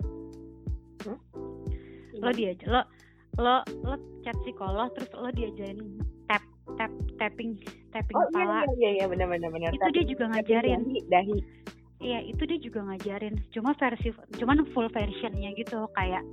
Lo chat psikolog, terus lo diajarin tapping kepala. Iya benar. Itu dia juga ngajarin. Dahi. Iya, itu dia juga ngajarin. Cuman full versionnya gitu, kayak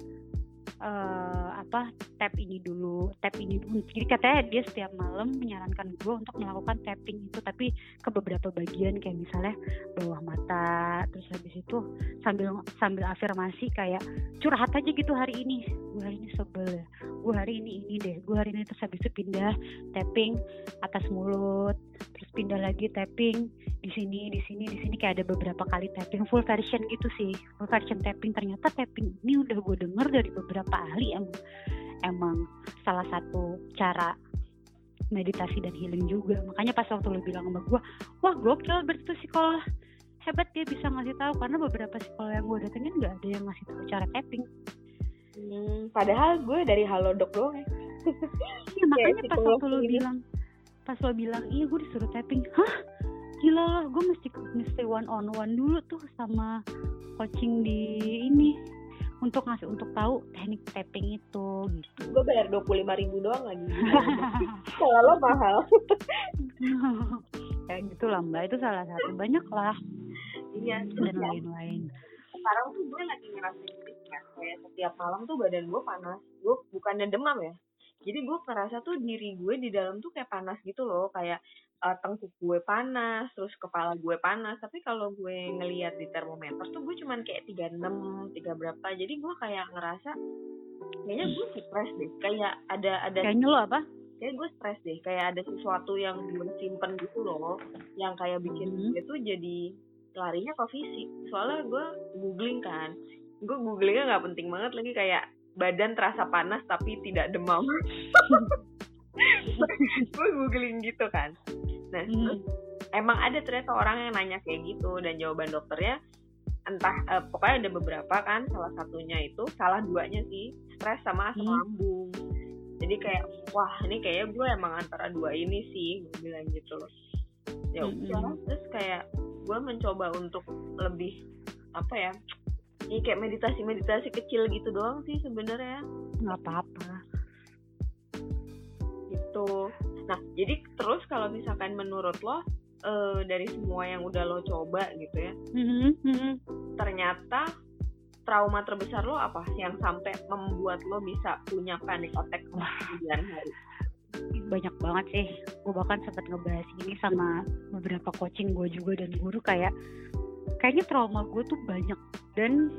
tap ini dulu. Jadi katanya dia setiap malam menyarankan gue untuk melakukan tapping itu, tapi ke beberapa bagian, kayak misalnya bawah mata. Terus habis itu sambil afirmasi kayak curhat aja gitu, hari ini gue hari ini sebel ya, gue hari ini deh, gue hari ini. Terus habis itu pindah tapping atas mulut, terus pindah lagi tapping di sini, kayak ada beberapa kali tapping full version gitu sih, full version tapping. Ternyata tapping ini udah gue denger dari beberapa ahli, emang salah satu cara meditasi dan healing juga. Makanya pas waktu lo bilang sama gue, wah gokil, berarti psikolog hebat, dia bisa ngasih tahu, karena beberapa psikolog yang gue datengin nggak ada yang ngasih tahu cara tapping. Padahal gue dari Halodoc doang ya. Iya, makanya pas waktu lo bilang iya gue disuruh tapping, hah gila lah, gue mesti one on one dulu tuh sama coaching di ini untuk tahu teknik tapping itu gitu. Gue bayar 25.000 doang lagi. Kalau lo mahal. Kayak gitulah Mbak, itu salah satu, banyak lah. Iya. Dan lain-lain. Sekarang tuh gue lagi ngerasain kayak setiap malam tuh badan gue panas. Gue bukannya demam ya. Jadi gue ngerasa tuh diri gue di dalam tuh kayak panas gitu loh, kayak tengkuk gue panas, terus kepala gue panas. Tapi kalau gue ngelihat di termometer tuh gue cuman kayak 36, 3 berapa. Jadi gue kayak ngerasa kayaknya gue stres deh. Kayak ada Kayaknya lo apa? Kayak gue stres deh. Kayak ada sesuatu yang gue simpen gitu loh, yang kayak bikin gue tuh jadi larinya ke fisik. Soalnya gue googling kan. Gue googlingnya nggak penting banget lagi, kayak badan terasa panas tapi tidak demam. Gue googling gitu kan. Nah, emang ada ternyata orang yang nanya kayak gitu, dan jawaban dokternya entah pokoknya ada beberapa kan, salah duanya sih stres sama asam lambung. Jadi kayak wah ini kayaknya gue emang antara dua ini sih, gue bilang gitu loh. Ya udah, terus kayak gue mencoba untuk lebih apa ya, ini kayak meditasi kecil gitu doang sih sebenarnya. Nggak apa-apa gitu. Nah jadi terus kalau misalkan menurut lo dari semua yang udah lo coba gitu ya, ternyata trauma terbesar lo apa yang sampai membuat lo bisa punya panic attack kemudian hari? Banyak banget sih. Gue bahkan sempat ngebahas ini sama beberapa coaching gue juga dan guru, kayaknya trauma gue tuh banyak. Dan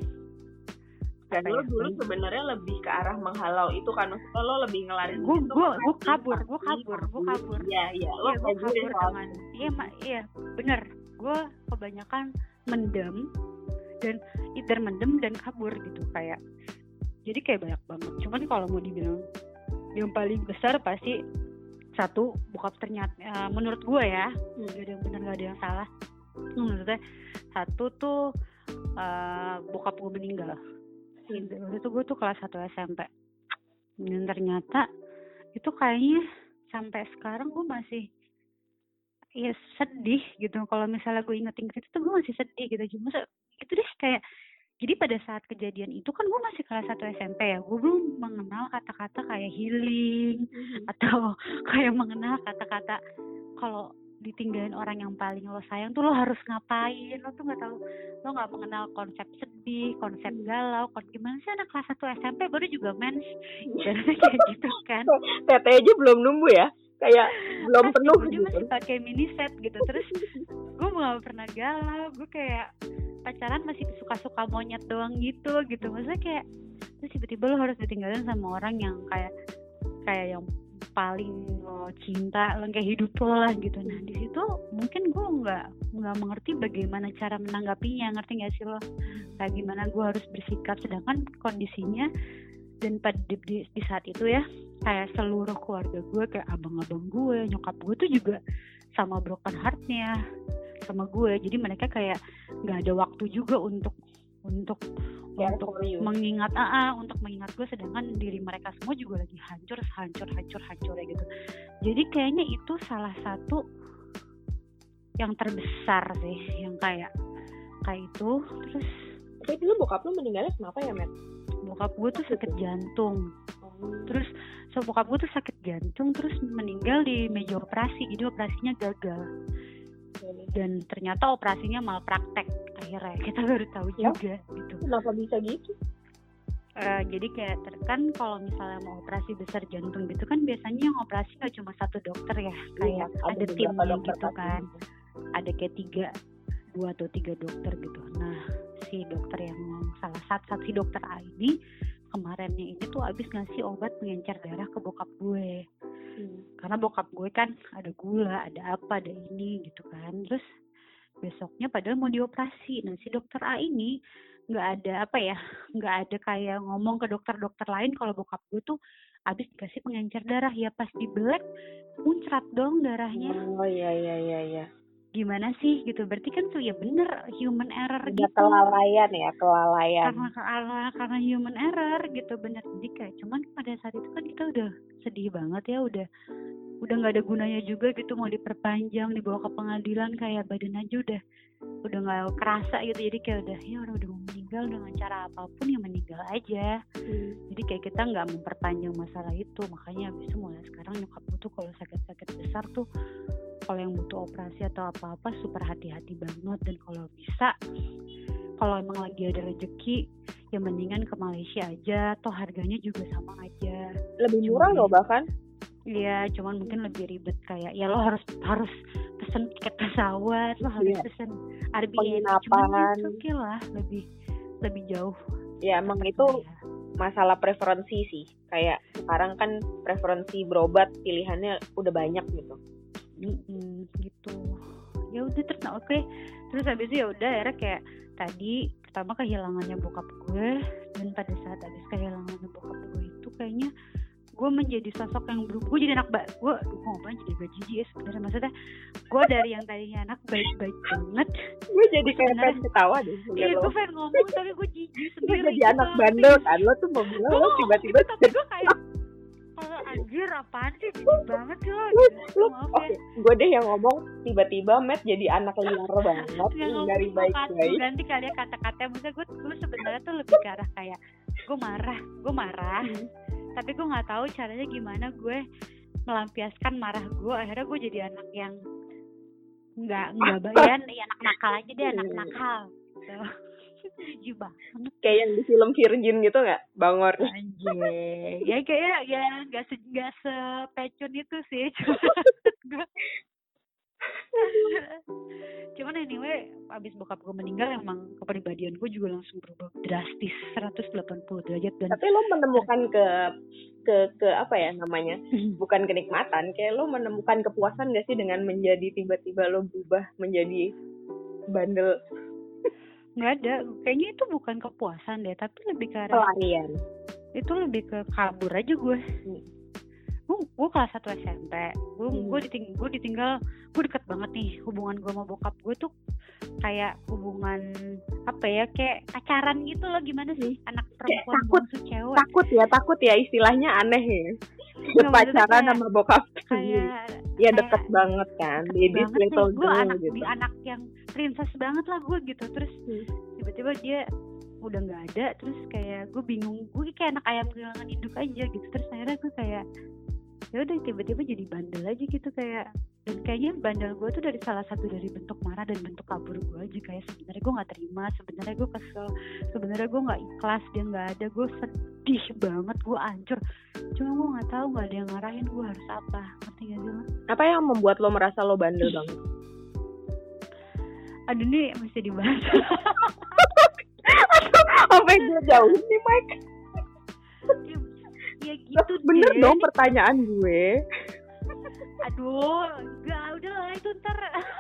lo dulu sebenarnya lebih ke arah menghalau itu kan, maksudnya lo lebih ngelarin gue kabur. Iya lo gue kabur dengan iya bener, gue kebanyakan mendem dan kabur gitu, kayak jadi kayak banyak banget. Cuman kalau mau dibilang yang paling besar pasti satu, bokap ternyata menurut gue ya, gak ada yang benar gak ada yang salah. Maksudnya satu tuh bokap gue meninggal. Itu gue tuh kelas 1 SMP. Dan ternyata itu kayaknya sampai sekarang gue masih ya sedih gitu. Kalau misalnya gue inget-inget itu tuh gue masih sedih gitu. Cuma itu deh kayak, jadi pada saat kejadian itu kan gue masih kelas 1 SMP ya. Gue belum mengenal kata-kata kayak healing atau kayak mengenal kata-kata kalau ditinggalin orang yang paling lo sayang tuh lo harus ngapain. Lo tuh gak tahu, lo gak mengenal konsep sedih, konsep galau, gimana sih anak kelas 1 SMP baru juga mens kayak gitu kan. Tete aja belum numbuh ya, kayak belum penuh gitu. Masih pakai mini set gitu. Terus gue gak pernah galau, gue kayak pacaran masih suka-suka monyet doang gitu. Maksudnya kayak terus tiba-tiba lo harus ditinggalin sama orang yang kayak yang paling lo cinta, lo kayak hidup lo lah gitu. Nah di situ mungkin gue nggak mengerti bagaimana cara menanggapinya, ngerti nggak sih lo? Kayak gimana gue harus bersikap, sedangkan kondisinya dan pada di saat itu ya, kayak seluruh keluarga gue, kayak abang-abang gue, nyokap gue tuh juga sama broken heartnya sama gue. Jadi mereka kayak nggak ada waktu juga untuk mengingat gue, sedangkan diri mereka semua juga lagi hancur ya gitu. Jadi kayaknya itu salah satu yang terbesar sih, yang kayak itu. Terus tapi dulu bokap lu meninggalnya kenapa ya, Met? Bokap gue tuh sakit jantung. Terus bokap gue tuh sakit jantung terus meninggal di meja operasi. Jadi operasinya gagal. Dan ternyata operasinya malpraktek. Akhirnya kita baru tahu juga gitu. Kenapa bisa gitu? Jadi kayak kan kalau misalnya mau operasi besar jantung gitu kan biasanya yang operasi nggak cuma satu dokter ya, kayak ada timnya gitu kan. Ada kayak 2 atau 3 dokter gitu. Nah si dokter yang salah satu si dokter A ini kemarinnya ini tuh abis ngasih obat pengencer darah ke bokap gue. Karena bokap gue kan ada gula, ada apa, ada ini gitu kan. Terus besoknya padahal mau dioperasi. Nah si dokter A ini nggak ada kayak ngomong ke dokter-dokter lain kalau bokap gue tuh abis dikasih pengencer darah. Ya pas dibelek muncrat dong darahnya. Oh iya. Gimana sih gitu, berarti kan tuh ya bener human error gitu. Kelalaian. Karena human error gitu, bener. Jadi kayak cuman pada saat itu kan kita udah sedih banget ya, udah udah nggak ada gunanya juga gitu, mau diperpanjang, dibawa ke pengadilan, kayak badan aja udah nggak kerasa gitu. Jadi kayak udah ya orang udah mau meninggal dengan cara apapun ya meninggal aja. Jadi kayak kita nggak memperpanjang masalah itu. Makanya abis itu mulai sekarang nyokap gue tuh kalau sakit-sakit besar tuh, kalau yang butuh operasi atau apa-apa super hati-hati banget. Dan kalau bisa, kalau emang lagi ada rezeki ya mendingan ke Malaysia aja, toh harganya juga sama aja, lebih murah loh bahkan. Iya, cuman mungkin lebih ribet, kayak ya lo harus pesen tiket pesawat, lo harus pesen Airbnb, cuman oke lah, lebih jauh. Ya emang itu masalah preferensi sih. Kayak sekarang kan preferensi berobat pilihannya udah banyak gitu. Gitu. Ya udah terus oke. Terus habis itu ya udah akhirnya kayak tadi pertama kehilangannya bokap gue, dan pada saat habis kehilangannya bokap gue itu kayaknya gue menjadi sosok yang berubah. Gue jadi anak gue ngomong jadi bajiji ya sebenarnya. Maksudnya gue dari yang tadinya anak baik-baik banget, gue jadi kayak pengen ketawa deh. Iya, gue pengen ngomong tapi gue jijik sendiri. Gue jadi anak bandel kan, lo tuh mau bilang lo tiba-tiba. Tapi gue kayak anjir apaan sih, jijik banget sih lo. Oke, gue deh yang ngomong, tiba-tiba Matt jadi anak liar banget dari baik-baik. Ganti kali ya kata-kata. Maksudnya gue sebenarnya tuh lebih ke arah kayak gue marah. Tapi gue nggak tahu caranya gimana gue melampiaskan marah gue. Akhirnya gue jadi anak yang nggak bayan, ya anak nakal aja deh, anak nakal. Jijik banget. Kayak yang di film Virgin gitu nggak, Bangor? Anjir. Ya kayak ya nggak sepecun itu sih. Cuman anyway, abis bokap gue meninggal emang kepribadian gue juga langsung berubah drastis 180 derajat. Dan tapi lo menemukan ke apa ya namanya, bukan kenikmatan, kayak lo menemukan kepuasan gak sih dengan menjadi tiba-tiba lo berubah menjadi bandel? Nggak ada, kayaknya itu bukan kepuasan deh, tapi lebih ke arah pelarian. Itu lebih ke kabur aja gue. Gue kelas 1 SMP, gue ditinggal, gue deket banget nih hubungan gue sama bokap gue tuh kayak hubungan apa ya, kayak pacaran gitu loh. Gimana sih anak perempuan bungsu cewek? Takut ya istilahnya aneh ya. Pacaran sama bokap kayak ya deket banget kan, jadi little gue anak gitu. Di anak yang princess banget lah gue gitu. Terus tiba-tiba dia udah nggak ada, terus kayak gue bingung, gue kayak anak ayam kehilangan induk aja gitu. Terus akhirnya gue kayak ya udah tiba-tiba jadi bandel aja gitu kayak. Dan kayaknya bandel gue tuh dari salah satu dari bentuk marah dan bentuk kabur gue aja. Kayak sebenarnya gue nggak terima, sebenarnya gue kesel, sebenarnya gue nggak ikhlas dia nggak ada, gue sedih banget, gue hancur. Cuma gue nggak tahu, nggak ada yang ngarahin gue harus apa. Ngerti gak sih lo? Apa yang membuat lo merasa lo bandel banget? Aduh, ini mesti dibahas. Sampai gue jauh nih Mike. Ya gitu bener deh. Dong pertanyaan gue. Aduh, enggak, udahlah itu ntar.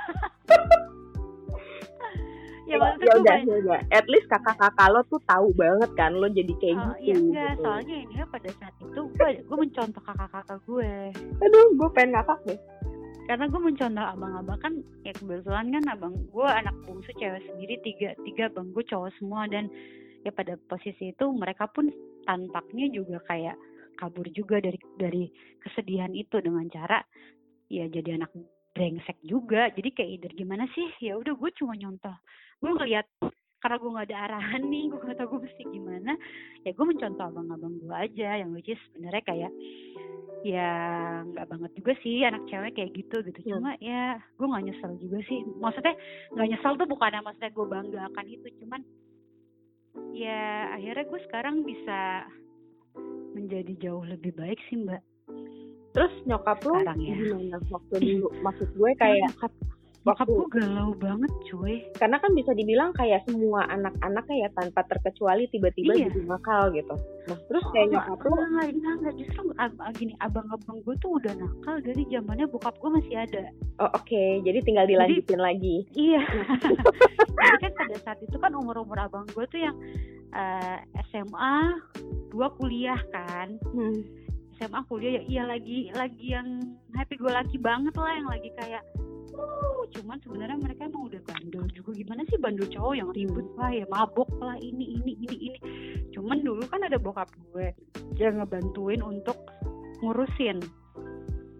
Ya udah. At least kakak-kakak lo tuh tahu banget kan lo jadi kayak gitu. Iya enggak, gitu. Soalnya ini pada saat itu gue mencontoh kakak-kakak gue. Aduh, gue pengen ngakak deh. Karena gue mencontoh abang-abang kan, ya kebetulan kan abang gue anak bungsu cewek sendiri, tiga abang gue cowok semua. Dan ya pada posisi itu mereka pun tampaknya juga kayak kabur juga dari kesedihan itu dengan cara ya jadi anak brengsek juga. Jadi kayak dari gimana sih, ya udah gue cuma nyontoh. Gue ngeliat karena gue nggak ada arahan nih, gue nggak tahu gue mesti gimana, ya gue mencontoh abang-abang gue aja, yang which is sebenarnya kayak ya nggak banget juga sih anak cewek kayak gitu. Cuma ya gue nggak nyesel juga sih. Maksudnya nggak nyesel tuh bukannya maksudnya gue banggakan itu, cuman ya akhirnya gue sekarang bisa menjadi jauh lebih baik sih Mbak. Terus nyokap lo gimana waktu dulu? Maksud gue kayak nyokap gue galau banget cuy. Karena kan bisa dibilang kayak semua anak-anak kayak tanpa terkecuali tiba-tiba jadi nakal gitu. Nah terus kayak nyokap lo enggak, justru gini, abang-abang gue tuh udah nakal dari zamannya bokap gue masih ada. Oh oke. Jadi tinggal dilanjutin lagi. Iya. Jadi kan pada saat itu kan umur-umur abang gue tuh yang SMA 2 kuliah kan. SMA kuliah ya lagi yang happy go lucky banget lah, yang lagi kayak cuman sebenarnya mereka emang udah bandel juga. Gimana sih bandel cowok yang ribut lah, ya mabok lah, ini. Cuman dulu kan ada bokap gue yang ngebantuin untuk ngurusin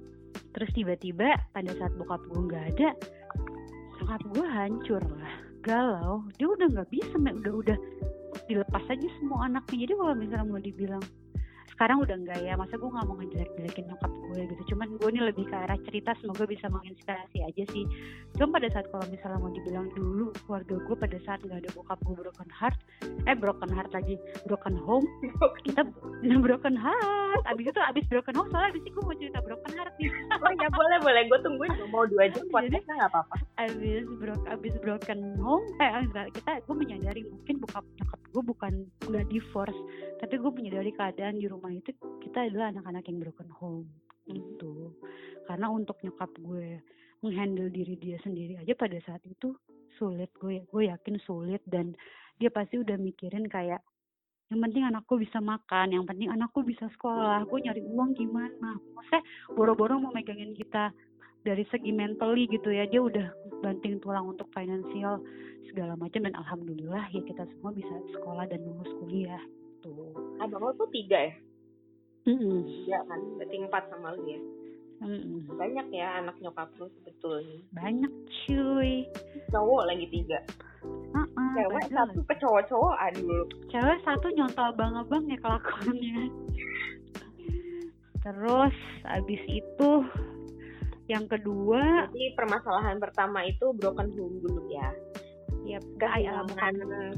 Terus tiba-tiba pada saat bokap gue nggak ada, nyokap gue hancur lah, galau. Dia udah nggak bisa, udah dilepas aja semua anaknya. Jadi kalau misalnya mau dibilang sekarang udah enggak ya, masa gue nggak mau ngejelek-jelekin nyokap gue gitu. Cuman gue ini lebih ke arah cerita, semoga bisa menginspirasi aja sih. Cuma pada saat kalau misalnya mau dibilang dulu keluarga gue pada saat nggak ada bokap gue broken heart lagi, broken home, kita broken heart. Abis broken home, soalnya abis itu gue mau cerita broken heart nih. Oh ya, boleh, gue tungguin, mau 2 jam podcastnya nggak apa-apa. Abis broken home, gue menyadari mungkin nyokap gue bukan nggak divorce, tapi gue menyadari keadaan di rumah itu kita adalah anak-anak yang broken home gitu. Karena untuk nyokap gue menghandle diri dia sendiri aja pada saat itu sulit, gue yakin sulit. Dan dia pasti udah mikirin kayak yang penting anakku bisa makan, yang penting anakku bisa sekolah, gue nyari uang gimana. Maksudnya boro-boro mau megangin kita dari segi mentally gitu ya, dia udah banting tulang untuk finansial segala macam. Dan alhamdulillah ya kita semua bisa sekolah dan lulus kuliah tuh. Abang lo tuh 3 ya? 3 kan, berarti 4 sama lu ya. Banyak ya anak nyokap lu sebetulnya. Banyak cuy. Cowok lagi 3. Cewek 1 ke cowok-cowok, aduh. Cewek 1 nyontol bang ya kelakuannya. Terus abis itu yang kedua, jadi permasalahan pertama itu broken home dulu ya. Ya, kehilangan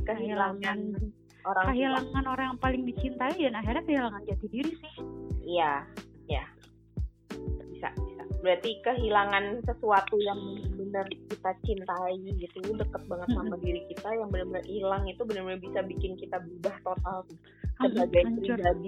orang yang paling dicintai dan akhirnya kehilangan jati diri sih. Iya. Bisa. Berarti kehilangan sesuatu yang benar kita cintai gitu, deket banget sama diri kita, yang benar-benar hilang itu benar-benar bisa bikin kita berubah total sebagai pribadi.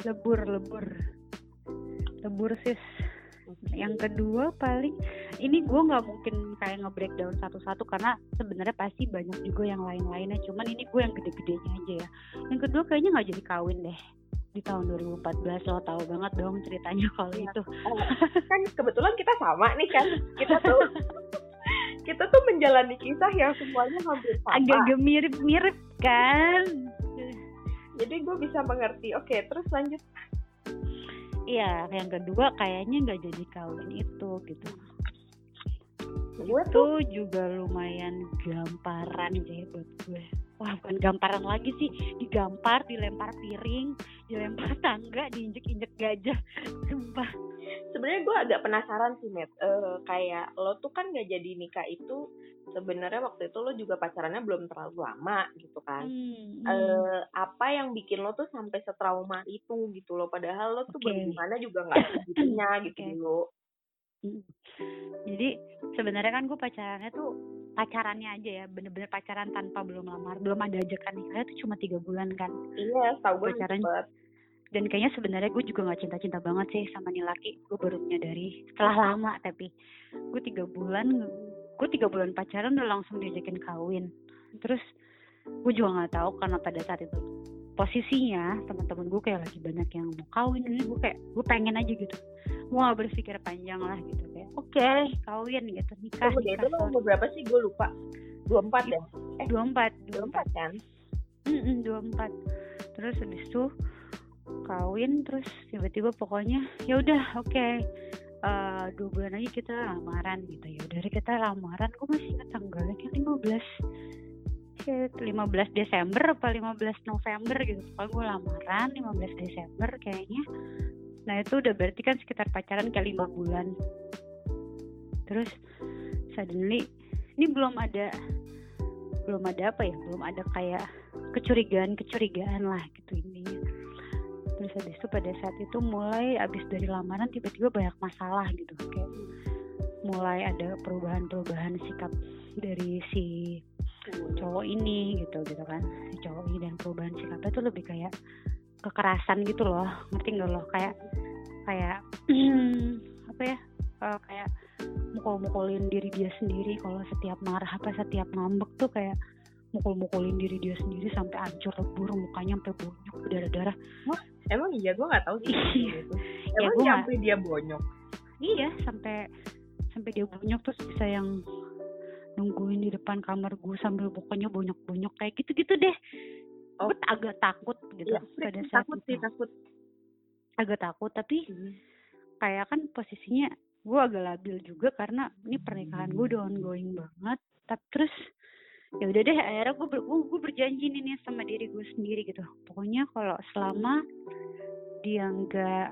Lebur sis. Yang kedua paling, ini gue nggak mungkin kayak nge-breakdown satu-satu karena sebenarnya pasti banyak juga yang lain-lainnya. Cuman ini gue yang gede-gedenya aja ya. Yang kedua kayaknya nggak jadi kawin deh di tahun 2014. Lo tahu banget dong ceritanya kalau itu. Kan kebetulan kita sama nih kan. Kita tuh menjalani kisah yang semuanya hampir sama. Agak mirip-mirip kan. Jadi gue bisa mengerti. Oke, terus lanjut. Iya, yang kedua kayaknya nggak jadi kawin itu gitu. Gue tuh juga lumayan gamparan sih buat gue. Wah, bukan gamparan lagi sih, digampar, dilempar piring, dilempar tangga, diinjek-injek gajah. Sumpah. Sebenarnya gue agak penasaran sih, Matt. Kayak lo tuh kan nggak jadi nikah itu sebenarnya waktu itu lo juga pacarannya belum terlalu lama gitu kan. Apa yang bikin lo tuh sampai setrauma itu gitu lo, padahal lo tuh bagaimana juga nggak segitunya gitu dulu. Jadi sebenarnya kan gue pacarannya aja ya, bener-bener pacaran tanpa belum lamar, belum ada ajakan nikahnya tuh cuma 3 bulan kan. Iya, tahu gue pacaran. Dan kayaknya sebenarnya gue juga nggak cinta-cinta banget sih sama nih laki. Gue baru menyadari setelah lama, tapi gue 3 bulan pacaran udah langsung diajakin kawin. Terus gue juga nggak tahu karena pada saat itu posisinya teman-teman gue kayak lagi banyak yang mau kawin. Jadi gue pengen aja gitu, gue nggak berpikir panjang lah gitu, kayak oke, kawin gitu, nikah. Itu lo umur berapa sih? Gue lupa. 24 ya? 24 kan? 24. Terus habis itu kawin, terus tiba-tiba pokoknya ya udah oke, 2 bulan aja kita lamaran gitu. Ya dari kita lamaran, gue masih ingat tanggalnya kayak 15 Desember apa 15 November gitu. Pokoknya gue lamaran 15 Desember kayaknya. Nah itu udah berarti kan sekitar pacaran kayak 5 bulan. Terus suddenly ini belum ada kayak kecurigaan lah gitu intinya. Terus habis itu pada saat itu mulai abis dari lamaran tiba-tiba banyak masalah gitu, kayak mulai ada perubahan sikap dari si cowok ini gitu kan, si cowok ini, dan perubahan sikapnya tuh lebih kayak kekerasan gitu loh, ngerti nggak lo, kayak apa ya, kayak mukul-mukulin diri dia sendiri kalau setiap marah apa setiap ngambek tuh, kayak mukul-mukulin diri dia sendiri sampai hancur lebur, mukanya sampai bonyok berdarah-darah. Emang iya, gue nggak tahu sih gitu. Emang ya, sampai dia bonyok? Iya, sampai dia bonyok, terus bisa yang nungguin di depan kamar gue sambil pokoknya bonyok-bonyok kayak gitu-gitu deh. Gue agak takut gitu pada saat itu. Takut. Agak takut, tapi kayak kan posisinya gue agak labil juga karena ini pernikahan gue udah ongoing banget. Tapi terus ya udah deh, akhirnya gue berjanji nih sama diri gue sendiri gitu. Pokoknya kalau selama dia nggak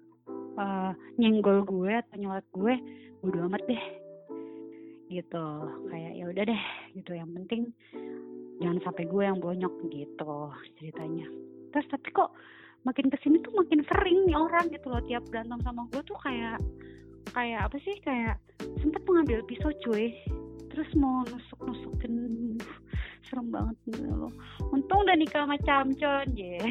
nyenggol gue atau nyolot gue, bodo amat deh gitu. Kayak ya udah deh gitu, yang penting jangan sampai gue yang bonyok gitu ceritanya. Terus tapi kok makin kesini tuh makin sering nih orang gitu loh, tiap berantem sama gue tuh kayak apa sih, kayak sempet mengambil pisau cuy, terus mau nusuk-nusukin. Serem banget gitu loh. Untung udah nikah sama Camcon je.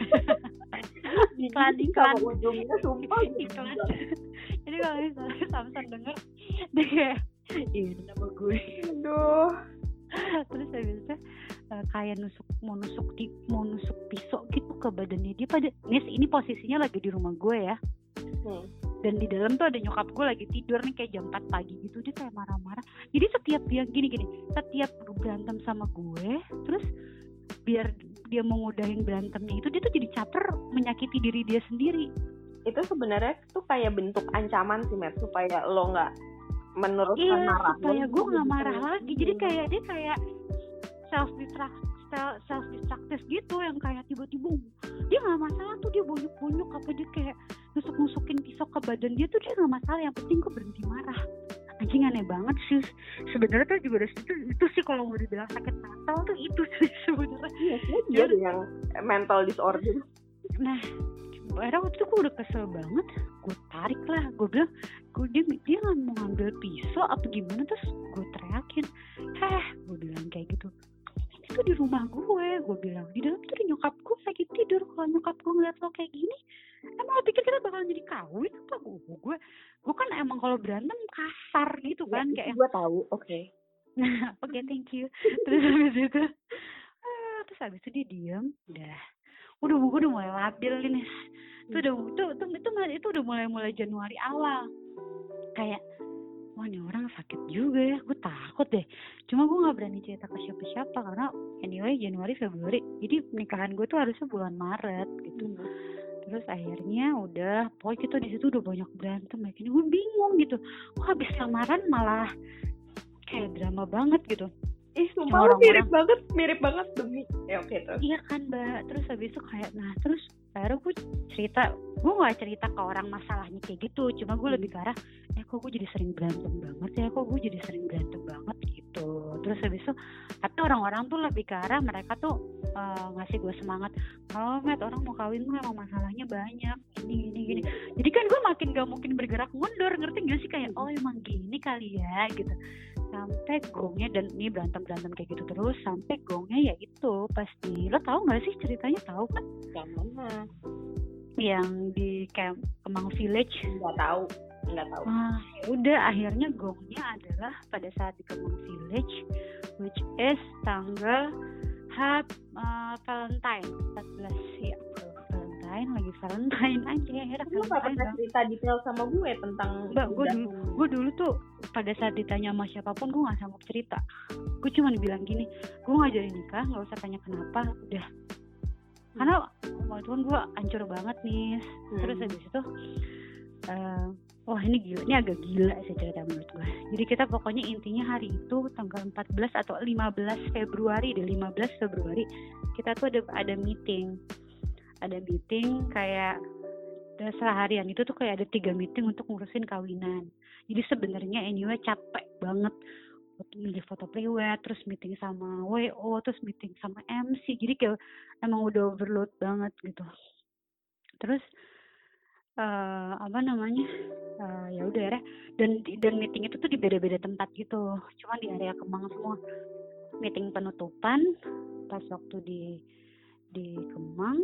iklan ujungnya sumpah iklan. Jadi kalau misalnya Samson denger dia kayak ini nama gue. Aduh. Terus habisnya kayak mau nusuk pisau gitu ke badannya dia. Ini posisinya lagi di rumah gue ya. Dan di dalam tuh ada nyokap gue lagi tidur nih kayak jam 4 pagi gitu. Dia kayak marah-marah. Jadi setiap dia gini setiap berantem sama gue, terus biar dia mau ngudahin berantemnya itu, dia tuh jadi caper menyakiti diri dia sendiri. Itu sebenarnya tuh kayak bentuk ancaman sih, Matt, supaya lo nggak meneruskan marah. Supaya gue nggak marah lagi. Jadi kayak dia kayak self destructive gitu, yang kayak tiba-tiba dia nggak masalah tuh dia bonyok-bonyok apa dia kayak nusuk-nusukin pisau ke badan dia tuh dia nggak masalah, yang penting gue berhenti marah. Anjing, aneh banget sih sebenarnya tuh juga itu sih kalau mau dibilang sakit mental tuh itu sih sebenarnya. Dia yang mental disorder. Nah akhirnya waktu itu gue udah kesel banget, gue tarik lah, gue bilang dia nggak mau ngambil pisau apa gimana, terus gue teriakin, gue bilang kayak gitu. Itu di rumah gue bilang, di dalam tuh ada nyokap gue lagi tidur. Kalau nyokap gue ngeliat lo kayak gini, emang lo pikir kita bakalan jadi kawin apa? Gue kan emang kalau berantem kasar gitu kan, ya, kayak gue tahu. Oke. Oke, thank you. Terus habis itu dia diam, udah gue udah mulai labil nih. Itu udah mulai Januari awal. Kayak wah ini orang sakit juga ya, gue takut deh. Cuma gue nggak berani cerita ke siapa-siapa karena anyway Januari Februari, jadi pernikahan gue tuh harusnya bulan Maret gitu. Terus akhirnya udah, pokoknya kita di situ udah banyak berantem. Akhirnya gue bingung gitu, kok habis lamaran malah kayak drama banget gitu. Sumpah mirip banget demi. Ya oke terus. Iya kan Mbak, terus habis itu kayak terus akhirnya gue nggak cerita ke orang masalahnya kayak gitu, cuma gue lebih ke arah kok gue jadi sering berantem banget gitu. Terus habis itu tapi orang-orang tuh lebih ke arah mereka tuh ngasih gue semangat, Matt, orang mau kawin tuh emang masalahnya banyak gini. Jadi kan gue makin gak mungkin bergerak mundur, ngerti gak sih, kayak emang gini kali ya gitu. Sampai gongnya, dan ini berantem kayak gitu terus sampai gongnya ya itu pasti. Lo tahu nggak sih ceritanya? Tahu kan? Yang mana? Yang di Kemang Village. Nggak tahu. Udah akhirnya gongnya adalah pada saat di Kemang Village, which is tanggal Valentine 14 ya. Valentine aja. Lu gak pernah cerita detail sama gue tentang gue dulu tuh pada saat ditanya sama siapapun gue gak sanggup cerita. Gue cuma bilang gini, gue ngajarin nikah gak usah tanya kenapa, udah. Karena waktu itu gue hancur banget nih. Terus habis itu ini agak gila sih cerita menurut gue. Jadi kita pokoknya intinya hari itu tanggal 14 atau 15 Februari kita tuh ada meeting kayak seharian itu tuh kayak ada 3 meeting untuk ngurusin kawinan. Jadi sebenarnya anyway capek banget, milih foto prewed, terus meeting sama WO, terus meeting sama MC. Jadi kayak emang udah overload banget gitu. Terus ya udah ya, dan meeting itu tuh di beda-beda tempat gitu, cuma di area Kemang semua. Meeting penutupan pas waktu di Kemang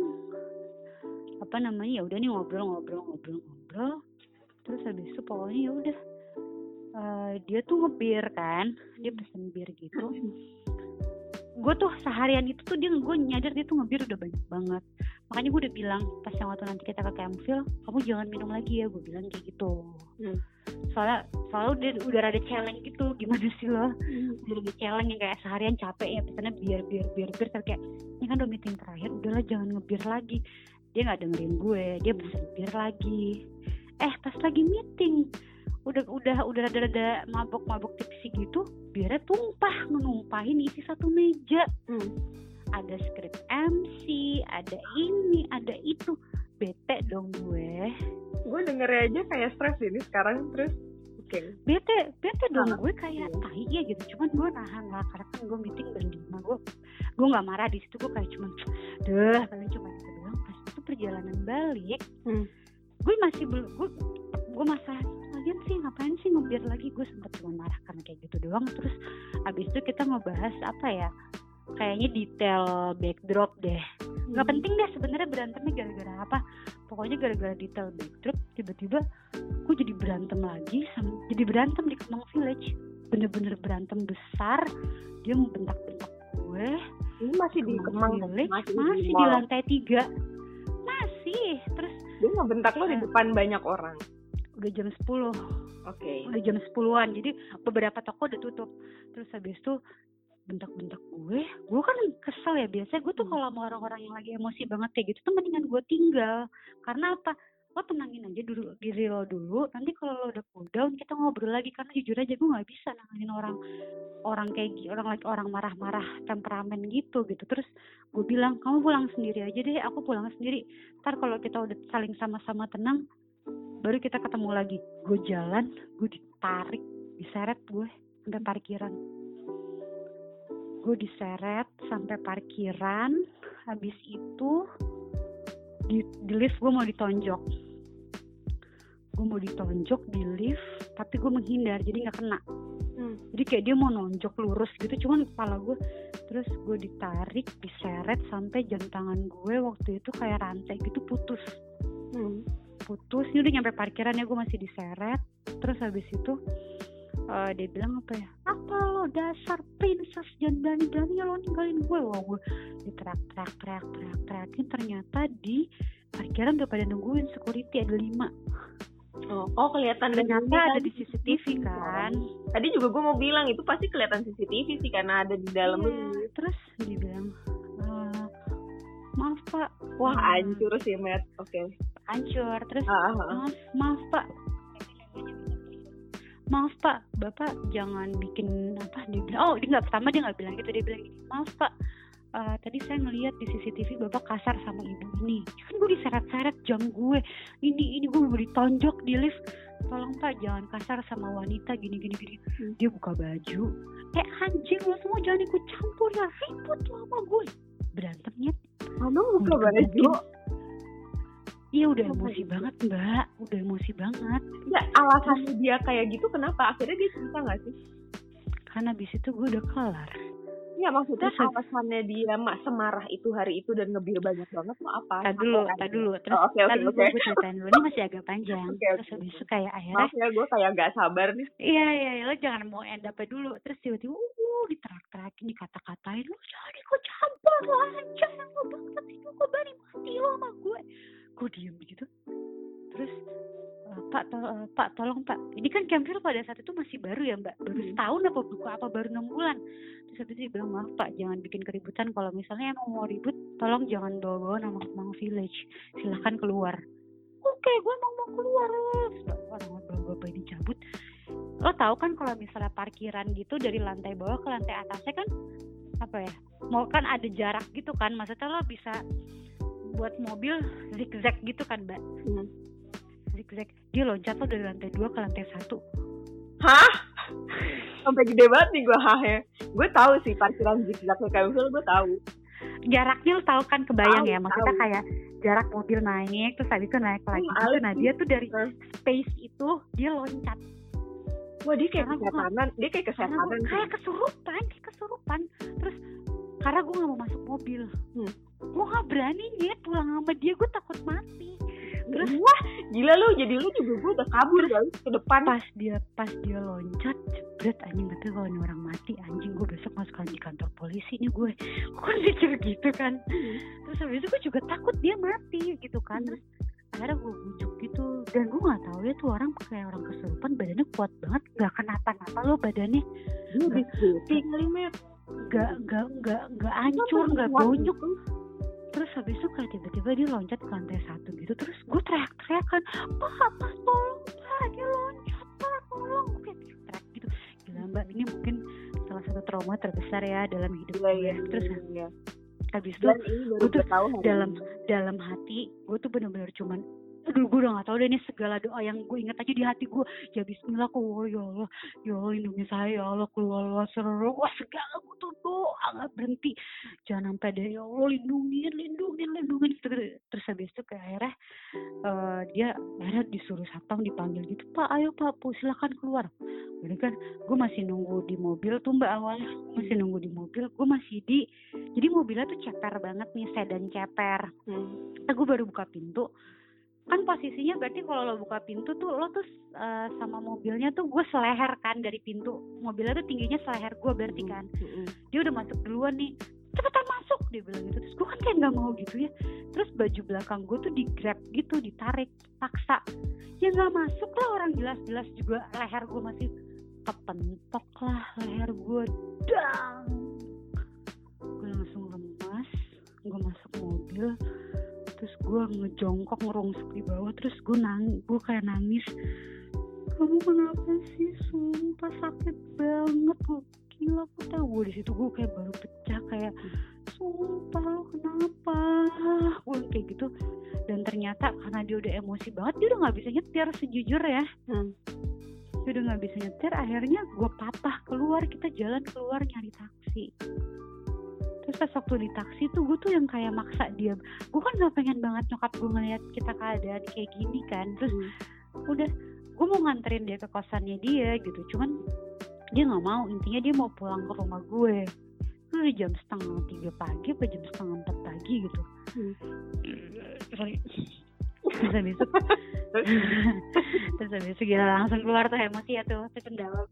ya udah nih ngobrol. Terus habis itu pokoknya ya udah dia tuh ngebir kan, dia pesen bir gitu. Gue tuh seharian itu tuh gue nyadar dia tuh ngebir udah banyak banget. Makanya gue udah bilang pas yang waktu nanti kita ke Campville, kamu jangan minum lagi ya, gue bilang kayak gitu. Soalnya udah ada challenge gitu, gimana sih lo? Udah ada challenge yang kayak seharian capek ya, pesannya bir terus kayak ini kan udah meeting terakhir, udahlah jangan ngebir lagi. Dia nggak dengerin gue, dia pesen bir lagi. Pas lagi meeting udah rada-rada mabok tipsi gitu, biarnya numpahin isi satu meja. Ada skrip MC, ada ini, ada itu. Bete dong gue. Gue dengernya aja kayak stres ini sekarang terus. Oke. Bete dong gue kayak tai ya gitu. Cuman gue nahan lah karena kan gue meeting berlima. Gue nggak marah di situ, gue kayak cuman kalian cuma gitu doang. Pas itu perjalanan balik, gue masih belum gue masalah lagian sih ngapain sih ngebiar lagi, gue sempet cuma marah karena kayak gitu doang. Terus abis itu kita ngebahas apa ya, kayaknya detail backdrop deh. Nggak penting deh sebenarnya berantemnya gara-gara apa, pokoknya gara-gara detail backdrop tiba-tiba gue jadi berantem lagi jadi berantem di Kemang Village, bener-bener berantem besar. Dia mau bentak-bentak gue. Ini masih di Kemang Village, masih di lantai 3 masih. Terus dia ngebentak lo di depan banyak orang. Udah jam 10. Oke. Udah jam 10-an, jadi beberapa toko udah tutup. Terus habis itu bentak-bentak gue kan kesel ya. Biasanya gue tuh kalau sama orang-orang yang lagi emosi banget kayak gitu tuh mendingan gue tinggal. Karena apa? Lo tenangin aja dulu diri lo dulu. Nanti kalau lo udah cool down kita ngobrol lagi. Karena jujur aja gue nggak bisa nanganin orang kayak orang marah-marah temperamen gitu. Terus gue bilang kamu pulang sendiri aja deh, aku pulang sendiri. Ntar kalau kita udah saling sama-sama tenang, baru kita ketemu lagi. Gue jalan, gue ditarik, diseret gue sampai parkiran. Gue diseret sampai parkiran. Habis itu di lift gue mau ditonjok. Gue mau ditonjok di lift, tapi gue menghindar jadi nggak kena. Jadi kayak dia mau nonjok lurus gitu, cuman kepala gue. Terus gue ditarik, diseret sampai jam tangan gue waktu itu kayak rantai gitu putus. Putus. Ini udah nyampe parkiran ya, gue masih diseret. Terus habis itu dia bilang apa ya? Apa lo dasar princess, jangan berani-berani lo ninggalin gue. Wah, gue teriak-teriakin. Ternyata di parkiran udah pada nungguin security, ada 5. Oh kelihatan. Ternyata ada di CCTV kan. Tadi juga gue mau bilang itu pasti kelihatan CCTV sih karena ada di dalam. Terus dia bilang maaf pak. Wah hancur sih Matt. Oke. Hancur. Terus maaf pak. Maaf pak, bapak jangan bikin apa. Dia bilang, dia nggak bilang gitu. Dia bilang gini, maaf pak, tadi saya ngelihat di CCTV bapak kasar sama ibu ini. Kan gue diseret-seret jam gue. Ini gue mau ditonjok di lift. Tolong pak jangan kasar sama wanita gini. Dia buka baju. Anjing lo semua jangan ikut campur ya. Ribut lo sama gue. Berantemnya. Abang buka baju. Iya udah emosi banget mbak. Udah emosi banget. Ya alasannya dia kayak gitu kenapa? Akhirnya dia cerita gak sih? Karena abis itu gue udah kelar. Ya maksudnya alasannya dia semarah itu hari itu dan ngebir banyak banget tuh apa? Tak dulu. Terus oke. Gue ceritain dulu, ini masih agak panjang. Terus habis itu kayak akhirnya. Maaf ya gue kayak gak sabar nih. Iya, lo jangan mau end up dulu. Terus tiba-tiba diterak-terakin, dikata-katain. Lo jangan ikut campur, lo aja yang lo banget sih. Lo bari mati lo sama gue. Gue diem gitu. Terus Pak tolong Pak, ini kan Campville pada saat itu masih baru ya Mbak, baru setahun apa baru 6 bulan. Terus habis itu dia bilang maaf Pak jangan bikin keributan, kalau misalnya emang mau ribut tolong jangan bawa-bawa nama Kemang Village, silahkan keluar. Oke, gue mau keluar. Orang bapak ini cabut. Lo tahu kan kalau misalnya parkiran gitu dari lantai bawah ke lantai atasnya kan apa ya, mau kan ada jarak gitu kan, maksudnya lo bisa buat mobil zigzag gitu kan Mbak. Zigzag. Dia loncat tuh dari lantai 2 ke lantai 1. Hah? Sampai gede banget nih gue ya. Gue tahu sih parkiran zigzagnya Campville, gue tahu. Jaraknya lo tahu kan, kebayang ya, maksudnya kayak jarak mobil naik terus habis itu naik lagi gitu. Nah dia tuh dari space itu dia loncat. Wah dia kayak kesetanan, kayak kesurupan. Terus karena gue nggak mau masuk mobil, gue nggak berani nyet pulang sama dia, gue takut mati. Terus wah gila lu, jadi lu juga gue udah kabur kali ke depan. Pas dia loncat, jebret anjing, kata kalau ini orang mati anjing, gue besok masuk di kantor polisi nih gue kan mikir gitu kan. Terus habis itu gue juga takut dia mati gitu kan. Terus akhirnya gue bujuk gitu, dan gue nggak tahu ya tuh orang kayak orang kesurupan, badannya kuat banget, nggak kenapa-napa lo badannya, nggak hancur, nggak bonyok. Terus habis itu kayak tiba-tiba dia loncat ke lantai 1 gitu. Terus gue teriak-teriakan, Pak tolong Pak, dia loncat Pak. coba ini mungkin salah satu trauma terbesar ya dalam hidup gue. Terus habis itu gue tuh dalam hati gue tuh benar-benar cuman aduh gue udah gak tahu deh, ini segala doa yang gue ingat aja di hati gue, ya bismillah, ya Allah lindungi saya, ya Allah keluar seru, wah segala gue tuh doa gak berhenti, jangan sampai deh, ya Allah lindungin terus habis itu kayak akhirnya dia disuruh satpam, dipanggil gitu, Pak ayo Pak silakan keluar. Jadi kan gue masih nunggu di mobil tuh Mbak, awalnya masih nunggu di mobil, gue masih jadi mobilnya tuh ceper banget nih, sedan ceper. Gue baru buka pintu kan, posisinya berarti kalau lo buka pintu tuh lo tuh sama mobilnya tuh gue seleher kan dari pintu, mobilnya tuh tingginya seleher gue berarti kan. Dia udah masuk duluan nih, cepetan masuk dia bilang gitu. Terus gue kan kayak nggak mau gitu ya, terus baju belakang gue tuh di-grab gitu, ditarik paksa, ya nggak masuk lah, orang jelas-jelas juga leher gue masih kepentok lah leher gue, dang. Gue langsung lemas, gue masuk mobil, terus gue ngejongkok ngerungsuk di bawah, terus gue kayak nangis, kamu kenapa sih, sumpah sakit banget, gue gila, aku tahu gue di situ gue kayak baru pecah, kayak sumpah lo kenapa, gue kayak gitu. Dan ternyata karena dia udah emosi banget, dia udah nggak bisa nyetir sejujurnya, dia udah nggak bisa nyetir, akhirnya gue patah keluar, kita jalan keluar nyari taksi. Terus pas waktu di taksi tuh gue tuh yang kayak maksa dia, gue kan gak pengen banget nyokap gue ngeliat kita keadaan kayak gini kan. Terus udah gue mau nganterin dia ke kosannya dia gitu, cuman dia gak mau, intinya dia mau pulang ke rumah gue. Udah jam 2:30 pagi apa jam 3:30 pagi gitu. Terus habis itu gila, langsung keluar tuh emosi ya tuh, terkendala.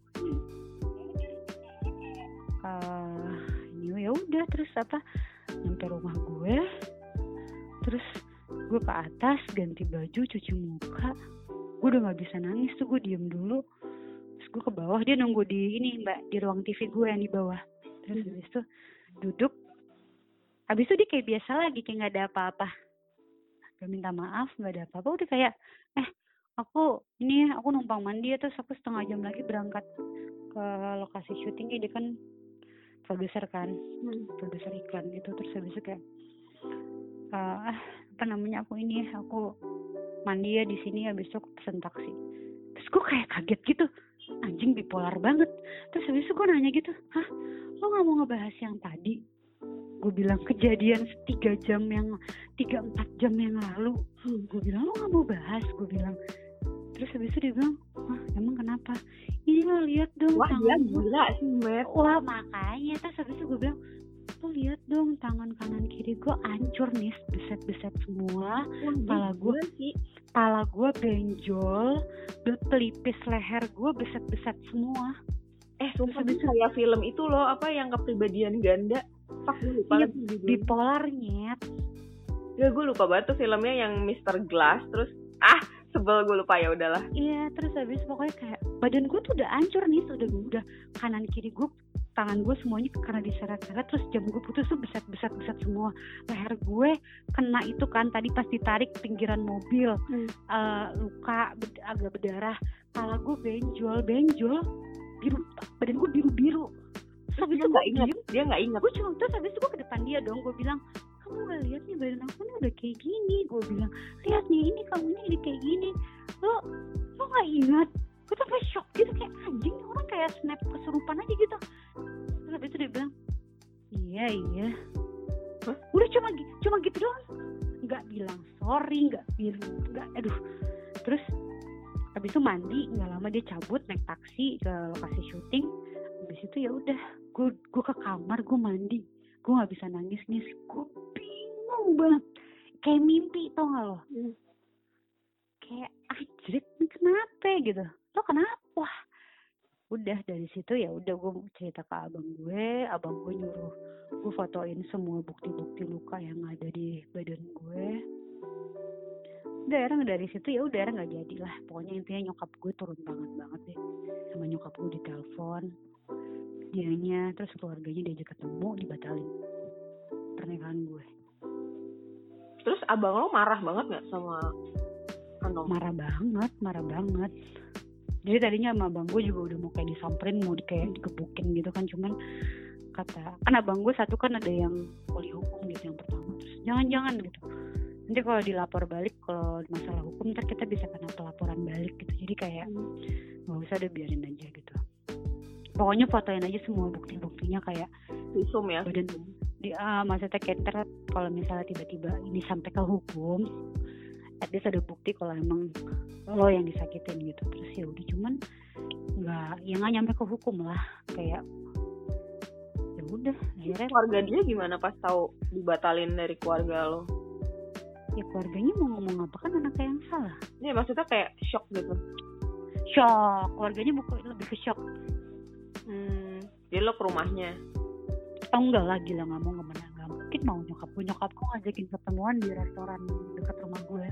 Ya udah, terus nyampe rumah gue, terus gue ke atas ganti baju, cuci muka, gue udah nggak bisa nangis tuh, gue diem dulu. Terus gue ke bawah, dia nunggu di ini Mbak, di ruang TV gue yang di bawah. Terus habis itu duduk, habis itu dia kayak biasa lagi, kayak nggak ada apa-apa, gak minta maaf, nggak ada apa-apa, udah kayak aku numpang mandi ya, terus aku setengah jam lagi berangkat ke lokasi syutingnya, dia kan produser kan, produser iklan gitu. Terus habis itu kayak aku mandi ya di sini, habis itu aku pesen taksi. Terus gue kayak kaget gitu, anjing bipolar banget. Terus habis itu gue nanya gitu, lo nggak mau ngebahas yang tadi? Gue bilang kejadian 3-4 jam yang lalu. Gue bilang lo nggak mau bahas, gue bilang. Terus habis itu dia bilang, emang kenapa? Ini lo lihat dong, wah dia gila sih Matt. Wah makanya. Terus habis itu gue bilang, lo lihat dong tangan kanan kiri gue hancur nih, beset semua. Pala gue benjol, pelipis leher gue beset semua. Sumpah itu kayak film itu loh, apa yang kepribadian ganda. Fuck, gue lupa. Iya, bipolar nyet. Ya gue lupa banget tuh filmnya yang Mr. Glass. Terus sebel, gue lupa, ya udahlah. Iya, terus habis pokoknya kayak badan gue tuh udah hancur nih, udah kanan kiri gue, tangan gue semuanya karena diseret-seret, terus jam gue putus tuh beset semua. Leher gue kena itu kan tadi pas ditarik pinggiran mobil, luka agak berdarah. Kepala gue benjol biru, badan gue biru. Terus habis itu dia nggak ingat. Gue cuma terus habis itu gue ke depan dia dong, gue bilang, kamu gak lihat nih badan aku nih udah kayak gini, gue bilang, lihat nih ini kamu ini kayak gini, lo gak ingat? Gue tuh kayak shock gitu, kayak anjing orang kayak snap kesurupan aja gitu. Terus habis itu dia bilang, iya udah cuma gitu doang, nggak bilang sorry, nggak aduh. Terus habis itu mandi, nggak lama dia cabut naik taksi ke lokasi syuting. Habis itu ya udah gue ke kamar, gue mandi, gue nggak bisa nangis, gue bingung banget, kayak mimpi, tau nggak lo? Kayak anjir, kenapa gitu? Lo kenapa? Udah dari situ ya udah gue cerita ke abang gue nyuruh gue fotoin semua bukti-bukti luka yang ada di badan gue. Udah dari situ ya udah nggak jadi lah. Pokoknya intinya nyokap gue turun tangan banget deh, sama nyokap gue ditelepon, dianya terus keluarganya diajak ketemu, dibatalin pernikahan gue. Terus abang lo marah banget nggak sama Anong? Marah banget. Jadi tadinya sama abang gue juga udah mau kayak disamperin, mau kayak dikebukin gitu kan, cuman kata kan abang gue satu kan ada yang kuliah hukum gitu yang pertama, terus jangan gitu, nanti kalau dilapor balik kalau masalah hukum ntar kita bisa kena pelaporan balik gitu, jadi kayak nggak usah deh, biarin aja gitu. Pokoknya fotoin aja semua bukti-buktinya kayak visum ya, badan maksudnya kayak ntar kalau misalnya tiba-tiba ini sampai ke hukum, at least ada bukti kalau emang lo yang disakitin gitu. Terus ya udah, cuman nggak nyampe ke hukum lah, kayak ya udah akhirnya. Keluarga dia gimana pas tahu dibatalin dari keluarga lo? Ya keluarganya mau ngomong apa, kan anaknya yang salah. Ya maksudnya kayak shock gitu. Shock, keluarganya lebih ke shock. Jadi lo ke rumahnya? Oh enggak lah, gila, nggak mungkin mau nyokapku ngajakin ketemuan di restoran dekat rumah gue.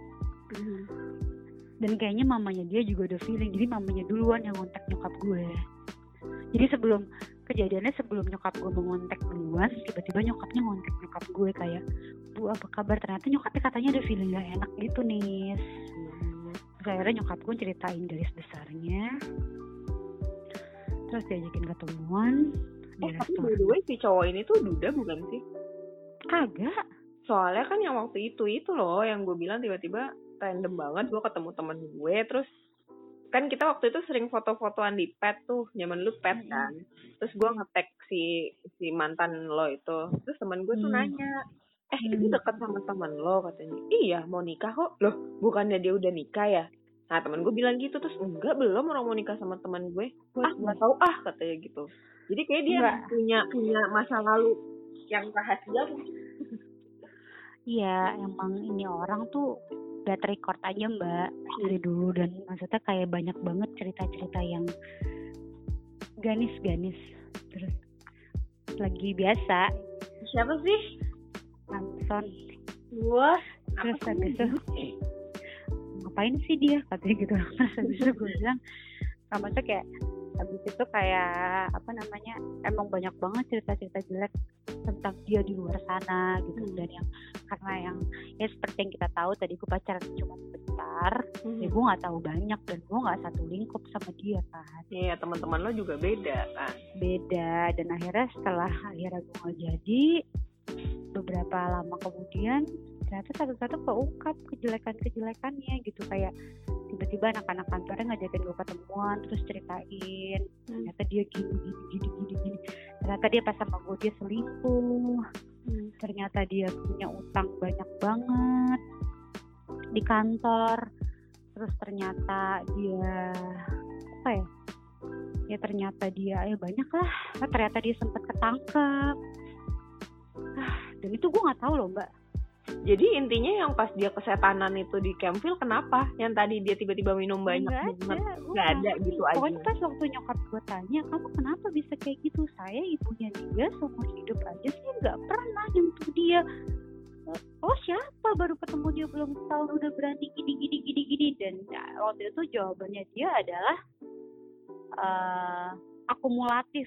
Dan kayaknya mamanya dia juga udah feeling, jadi mamanya duluan yang ngontak nyokap gue. Jadi sebelum kejadiannya, sebelum nyokap gue mengontak duluan, tiba-tiba nyokapnya ngontak nyokap gue kayak, Bu apa kabar, ternyata nyokapnya katanya ada feeling gak enak gitu nih. Terus akhirnya nyokap gue ceritain garis besarnya, terus diajakin ketemuan di restoran. By the way, si cowok ini tuh duda bukan sih? Kagak. Soalnya kan yang waktu itu loh yang gue bilang tiba-tiba random banget gue ketemu temen gue, terus kan kita waktu itu sering foto-fotoan di pet tuh, zaman lu pet kan, terus gue nge-tag si mantan lo itu, terus temen gue tuh nanya, itu deket sama temen lo katanya. Iya, mau nikah kok. Loh, bukannya dia udah nikah ya? Nah temen gue bilang gitu, terus enggak, belum, orang mau nikah sama temen gue. Nggak tahu katanya gitu. Jadi kayak dia punya masa lalu yang rahasia mungkin. Iya, emang ini orang tuh gak record aja Mbak dari dulu, dan maksudnya kayak banyak banget cerita-cerita yang ganis-ganis. Terus lagi biasa. Siapa sih? Samson. Wah, terus habis itu ngapain sih dia katanya gitu. Terus habis itu gue bilang, maksudnya kayak habis itu kayak apa namanya, emang banyak banget cerita-cerita jelek tentang dia di luar sana gitu. Dan yang karena yang ya seperti yang kita tahu tadi, gue pacaran cuma sebentar, ya gue nggak tahu banyak, dan gue nggak satu lingkup sama dia kan. Iya, teman-teman lo juga beda kan. Beda. Dan akhirnya setelah akhirnya gue nggak jadi, beberapa lama kemudian ternyata satu-satu keungkap kejelekannya gitu. Kayak tiba-tiba anak-anak kantornya ngajakin gue ketemuan, terus ceritain ternyata dia gini. Ternyata dia pas sama gue dia selingkuh. Ternyata dia punya utang banyak banget di kantor. Terus ternyata dia apa ya ternyata dia banyak lah. Ternyata dia sempat ketangkep. Dan itu gue nggak tahu loh Mbak. Jadi intinya yang pas dia kesetanan itu di Campville, kenapa? Yang tadi dia tiba-tiba minum banyak banget, nggak ada gitu aja. Pokoknya pas waktu nyokap gue tanya, kamu kenapa bisa kayak gitu? Saya ibunya dia, seumur hidup aja sih nggak pernah nyentuh dia. Oh siapa, baru ketemu dia belum setahun udah berani gini. Dan waktu itu jawabannya dia adalah akumulatif.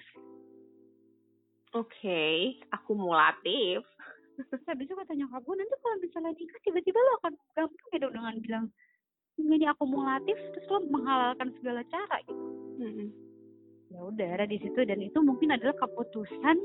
Oke, akumulatif. Habis itu kata nyokap gue, nanti kalau misalnya nikah tiba-tiba lo akan gampang ya dong dengan bilang ini akumulatif, terus lo menghalalkan segala cara gitu. Ya udah ada di situ, dan itu mungkin adalah keputusan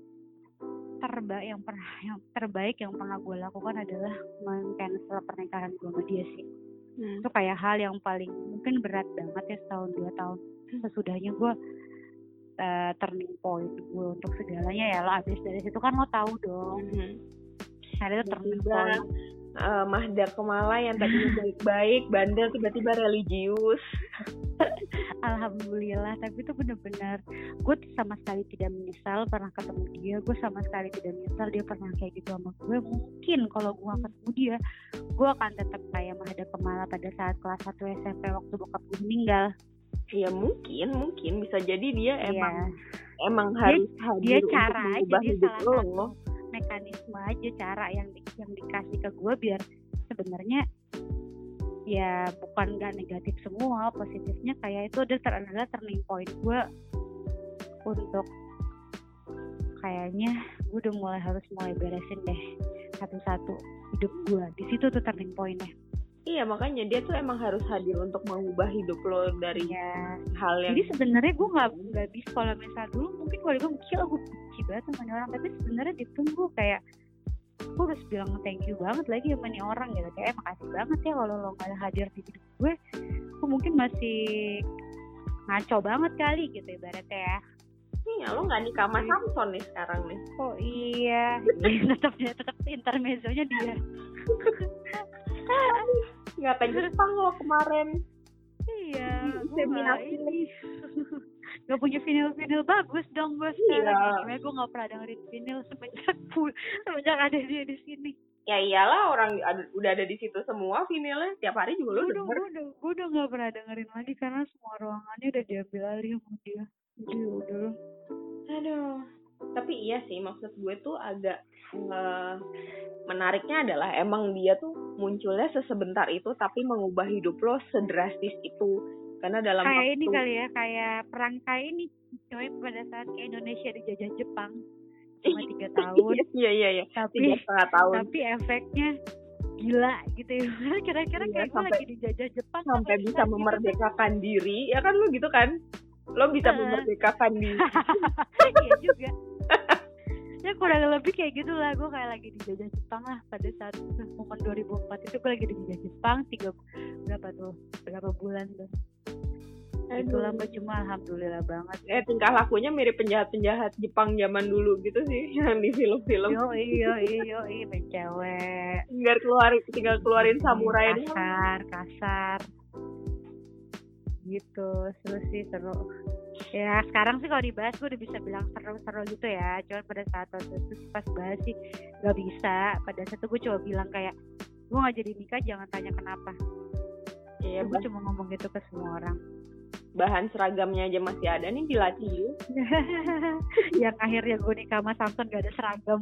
terbaik yang pernah gue lakukan adalah men-cancel pernikahan gue sama dia sih. Itu kayak hal yang paling mungkin berat banget ya, setahun 2 tahun sesudahnya gue turning point gue untuk segalanya ya. Lo abis dari situ kan lo tahu dong. Ada itu turning point. Mahda Kemala yang tadinya baik-baik, bandel, tiba-tiba religius. Alhamdulillah, tapi itu benar-benar gue sama sekali tidak menyesal pernah ketemu dia. Gue sama sekali tidak menyesal dia pernah kayak gitu sama gue. Mungkin kalau gue ketemu dia, gue akan tetap kayak Mahda Kemala pada saat kelas 1 SMP waktu bokap gue meninggal. Ya mungkin bisa jadi dia emang harus dia cara aja, dia hidup salah lo. Mekanisme aja, cara yang dikasih ke gue biar sebenarnya ya bukan gak negatif semua, positifnya kayak itu adalah turning point gue untuk kayaknya gue udah harus mulai beresin deh satu-satu hidup gue. Di situ tuh turning pointnya. Iya, makanya dia tuh emang harus hadir untuk mengubah hidup lo dari hal yang. Jadi sebenarnya gue nggak bisa, kalau misal dulu mungkin kalau gue gila gue benci banget sama nih orang, tapi sebenarnya ditunggu kayak gue harus bilang thank you banget lagi sama nih orang gitu, kayak makasih banget ya kalau lo nggak hadir di hidup gue mungkin masih ngaco banget kali gitu ibaratnya ya. Iya, lo nggak nikah sama Samson nih sekarang nih. Oh iya, tetap intermezzonya dia. Nggak ke Jepang lo kemarin. Iya, gue nggak punya vinyl bagus dong gue sekarang. Iya. Gue nggak pernah dengerin vinyl semenjak ada dia di sini. Ya iyalah, orang udah ada di situ semua vinylnya, tiap hari juga lo denger. Gue udah nggak pernah dengerin lagi karena semua ruangannya udah diambil alih sama dia. Jadi udah. Aduh, tapi iya sih, maksud gue tuh agak menariknya adalah emang dia tuh munculnya sesebentar itu tapi mengubah hidup lo sedrastis itu. Karena dalam kayak waktu ini kali ya, kayak perangkai ini coy pada saat ke Indonesia dijajah Jepang cuma 3 tahun. Iya. Tapi 3,5 tahun. Tapi efeknya gila gitu ya. Kira-kira kayak gue lagi dijajah Jepang sampai bisa memerdekakan diri, ya kan lo gitu kan? Lo bisa memerdekakan diri. Iya juga. Ya kurang lebih kayak gitulah, gue kayak lagi dijajah Jepang lah pada saat momen 2004 itu. Gue lagi dijajah Jepang berapa bulan tuh. Itulah gue, cuma alhamdulillah banget. Tingkah lakunya mirip penjahat-penjahat Jepang zaman dulu gitu sih, yang di film-film. Yoi, cewek. Tinggal keluarin samurai kasar. Gitu, seru. Ya sekarang sih kalau dibahas gue udah bisa bilang seru gitu ya. Cuman pada saat itu pas bahas sih gak bisa. Pada saat itu gue coba bilang kayak gue gak jadi nikah jangan tanya kenapa. Iya, gue cuma ngomong gitu ke semua orang. Bahan seragamnya aja masih ada nih di laci. Yang akhirnya gue nikah sama Samson gak ada seragam.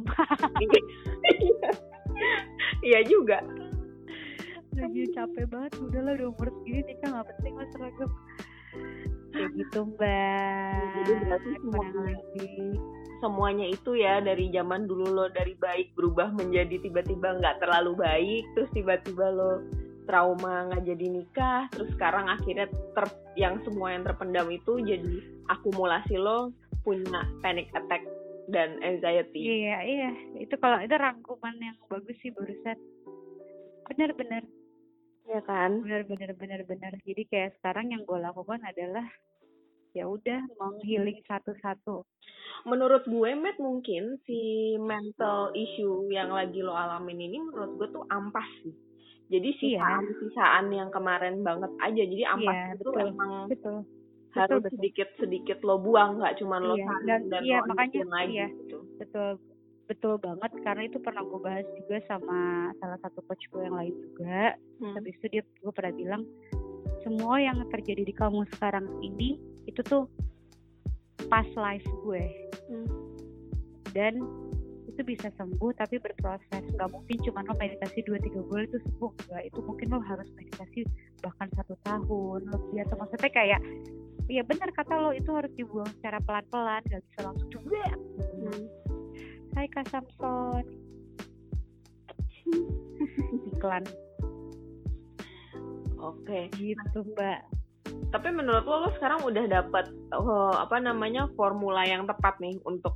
Iya juga. Lagi capek banget, udahlah udah umur segini nikah gak penting lah seragam. Kayak gitu mbak. Jadi berarti semuanya itu ya dari zaman dulu lo dari baik berubah menjadi tiba-tiba nggak terlalu baik, terus tiba-tiba lo trauma nggak jadi nikah, terus sekarang akhirnya yang semua yang terpendam itu jadi akumulasi lo punya panic attack dan anxiety. Iya itu kalau itu rangkuman yang bagus sih barusan. Benar. Ya kan? Benar. Jadi kayak sekarang yang gue lakukan adalah ya udah menghealing satu-satu. Menurut gue, Matt, mungkin si mental issue yang lagi lo alamin ini menurut gue tuh ampas sih. Jadi sisaan yang kemarin banget aja. Jadi ampas itu emang harus sedikit lo buang, nggak cuma lo dan lo makanya lagi gitu. Betul banget, karena itu pernah gue bahas juga sama salah satu coach gue yang lain juga. Habis itu gue pernah bilang semua yang terjadi di kamu sekarang ini itu tuh past life gue. Dan itu bisa sembuh tapi berproses. Gak mungkin cuma lo meditasi 2-3 bulan itu sembuh. Enggak, itu mungkin lo harus meditasi bahkan 1 tahun lebih. Atau maksudnya kayak ya benar kata lo, itu harus dibuang secara pelan-pelan, gak bisa langsung juga. Hai Kak Samson. Iklan. Oke. Gitu Mbak. Tapi menurut lo sekarang udah dapat formula yang tepat nih untuk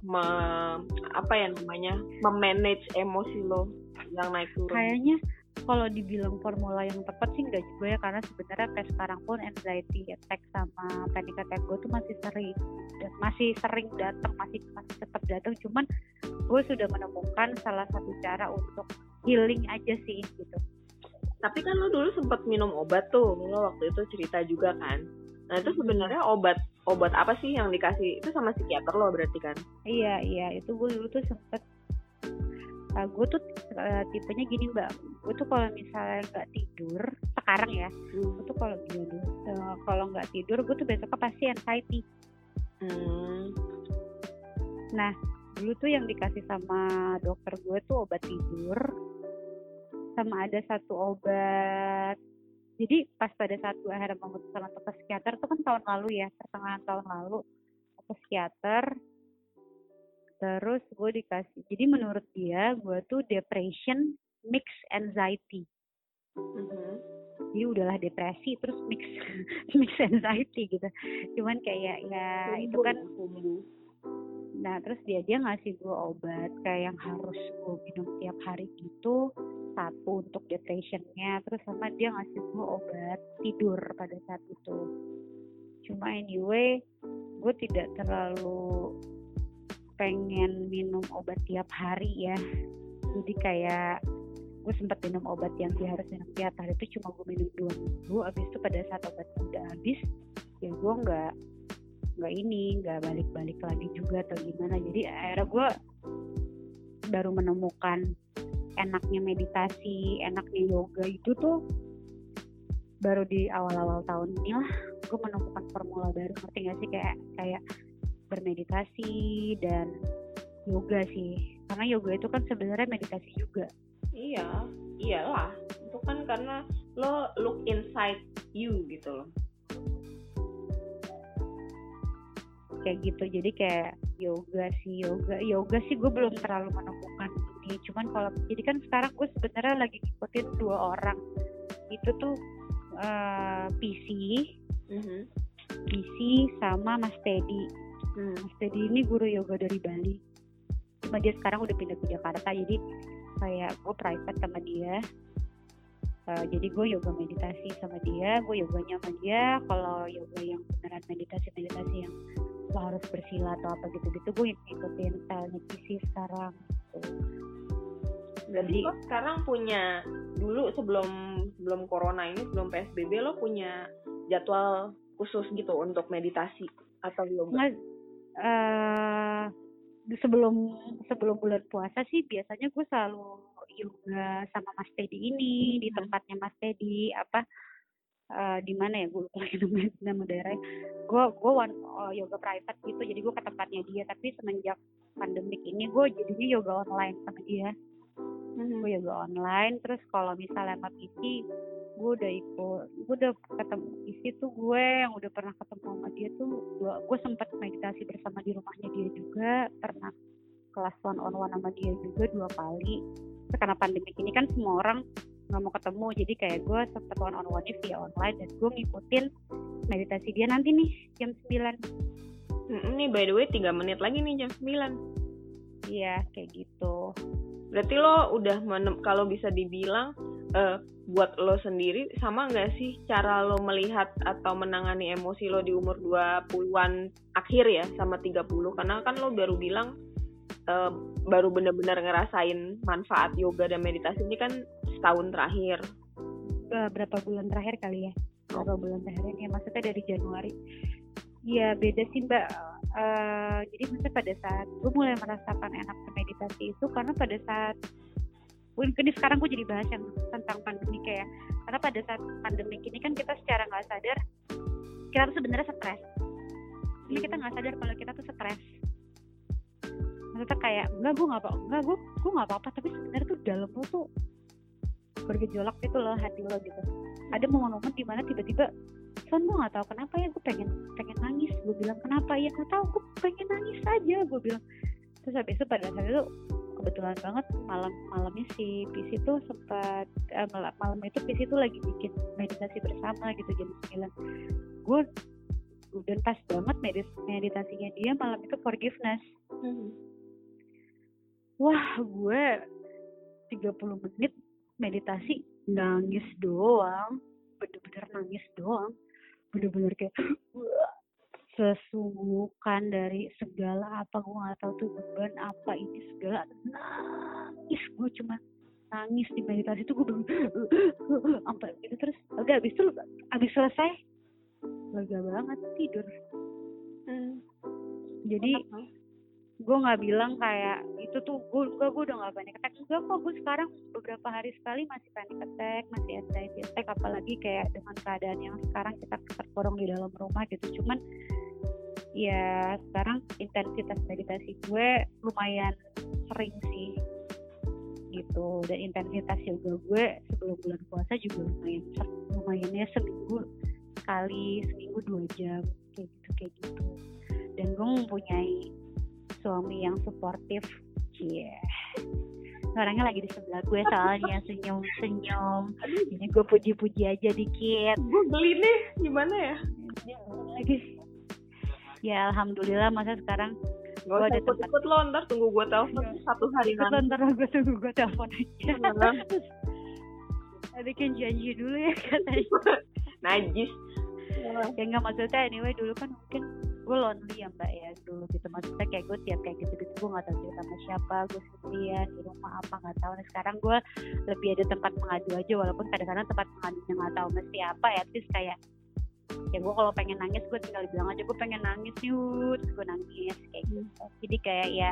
memanage emosi lo yang naik turun? Kayaknya kalau dibilang formula yang tepat sih enggak juga ya, karena sebenarnya sampai sekarang pun anxiety attack sama panic attack gue tuh masih sering datang, masih tetap datang. Cuman gue sudah menemukan salah satu cara untuk healing aja sih gitu. Tapi kan lo dulu sempat minum obat tuh, lo waktu itu cerita juga kan. Nah itu sebenarnya obat apa sih yang dikasih? Itu sama psikiater lo berarti kan? Iya, itu gue dulu tuh sempet. Gue tuh tipenya gini mbak, gue tuh kalau misalnya nggak tidur sekarang ya, gue tuh kalau nggak tidur gue tuh besoknya pasti anxiety. Nah dulu tuh yang dikasih sama dokter gue tuh obat tidur, sama ada satu obat. Jadi pas pada saat gue akhirnya memutuskan untuk ke psikiater tuh kan tahun lalu ya, pertengahan tahun lalu ke psikiater. Terus gue dikasih, jadi menurut dia gue tuh depression mix anxiety. Jadi udahlah depresi terus mix anxiety gitu. Cuman kayak ya itu kan. Nah terus dia ngasih gue obat kayak yang harus gue minum tiap hari gitu, satu untuk depressionnya, terus sama dia ngasih gue obat tidur pada saat itu. Cuma anyway gue tidak terlalu pengen minum obat tiap hari ya, jadi kayak gue sempat minum obat yang dia harus minum tiap hari itu cuma gue minum 2 minggu. Abis itu pada saat obatnya udah habis ya gue nggak balik lagi juga atau gimana. Jadi akhirnya gue baru menemukan enaknya meditasi, enaknya yoga itu tuh baru di awal-awal tahun ini lah. Gue menemukan formula baru, ngerti gak sih, kayak bermeditasi dan yoga sih, karena yoga itu kan sebenarnya meditasi juga. Iyalah, itu kan karena lo look inside you gitu loh. Kayak gitu, jadi kayak yoga sih gue belum terlalu menemukan ini. Cuman kalau jadi kan sekarang gue sebenarnya lagi ngikutin 2 orang itu tuh PC sama Mas Teddy. Mas Teddy ini guru yoga dari Bali, cuma dia sekarang udah pindah ke Jakarta, jadi kayak gue private sama dia. Jadi gue yoga meditasi sama dia, gue yoganya sama dia. Kalau yoga yang beneran meditasi yang lo harus bersila atau apa gitu-gitu, gue ngikutin stylenya PC sekarang gitu. Jadi lo sekarang punya, dulu sebelum corona ini, sebelum PSBB lo punya jadwal khusus gitu untuk meditasi atau yoga? Sebelum bulan puasa sih biasanya gue selalu yoga sama Mas Teddy ini di tempatnya Mas Teddy, di mana ya, gue lupa nama daerahnya. Gue yoga private gitu, jadi gue ke tempatnya dia. Tapi semenjak pandemik ini gue jadinya yoga online sama dia. Gue yoga online. Terus kalau misalnya sama PC, gue udah ketemu PC tuh, gue yang udah pernah ketemu sama dia tuh, gue sempat meditasi bersama di rumahnya dia juga, pernah kelas one on one sama dia juga 2 kali. Terus karena pandemik ini kan semua orang nggak mau ketemu, jadi kayak gue sempat one on one-nya via online, dan gue ngikutin meditasi dia nanti nih jam 9. Ini by the way 3 menit lagi nih jam 9. Iya kayak gitu. Berarti lo udah kalau bisa dibilang buat lo sendiri sama nggak sih cara lo melihat atau menangani emosi lo di umur 20-an akhir ya sama 30? Karena kan lo baru bilang baru benar-benar ngerasain manfaat yoga dan meditasi ini kan setahun terakhir. Berapa bulan terakhir kali ya? Berapa bulan terakhir ya? Maksudnya dari Januari. Ya beda sih Mbak. Jadi maksudnya pada saat gue mulai merasakan enak meditasi itu karena pada saat ini sekarang gue jadi bahas yang tentang pandemi kayak, karena pada saat pandemi ini kan kita secara nggak sadar kita tuh sebenarnya stres. Ini kita nggak sadar kalau kita tuh stres. Maksudnya kayak gue nggak apa-apa, tapi sebenarnya tuh dalam lo tuh bergejolak gitu loh hati lo gitu. Ada momen-momen dimana tiba-tiba gue nggak tahu kenapa ya gue pengen nangis. Gue bilang kenapa ya, nggak tahu, gue pengen nangis aja, gue bilang. Terus habis itu pada saat itu kebetulan banget malamnya si PC tuh sempat malam itu PC tuh lagi bikin meditasi bersama gitu jam 9. Gue dan pas banget meditasinya dia malam itu forgiveness. Wah gue 30 menit meditasi nangis doang, bener-bener nangis doang, bener-bener kayak sesungguhkan dari segala apa, gue nggak tahu tuh beban apa ini segala, nangis. Gue cuma nangis di meditasi tuh, gue sampai gitu. Terus udah abis selesai lega banget, tidur. Jadi gue nggak bilang kayak itu tuh gue udah nggak panic attack. Enggak kok, gue sekarang beberapa hari sekali masih panic attack, masih anxiety attack, apalagi kayak dengan keadaan yang sekarang kita terkurung di dalam rumah gitu. Cuman ya sekarang intensitas meditasi gue lumayan sering sih gitu, dan intensitas yoga gue sebelum bulan puasa juga lumayan ya, seminggu 2 jam kayak gitu. Dan gue mempunyai suami yang suportif, orangnya lagi di sebelah gue soalnya senyum-senyum. Ini gue puji-puji aja dikit. Gue geli nih, gimana ya? Lagi. Ya alhamdulillah masa sekarang Gak usah ikut lo, ntar tunggu gue telepon 1 hari nanti. Ntar gue tunggu gue telepon aja. Bikin janji dulu ya katanya. Najis. Ya nggak, maksudnya anyway dulu kan mungkin gue lonely ya mbak ya dulu gitu, maksudnya kayak gue tiap kayak gitu-gitu gue nggak tahu cerita sama siapa, gue sendirian di rumah apa nggak tahu. Nah sekarang gue lebih ada tempat mengadu aja, walaupun kadang-kadang tempat mengadunya nggak tahu mesti apa ya, terus kayak ya gue kalau pengen nangis gue tinggal bilang aja gue pengen nangis yuk, terus gue nangis kayak gitu. Jadi kayak ya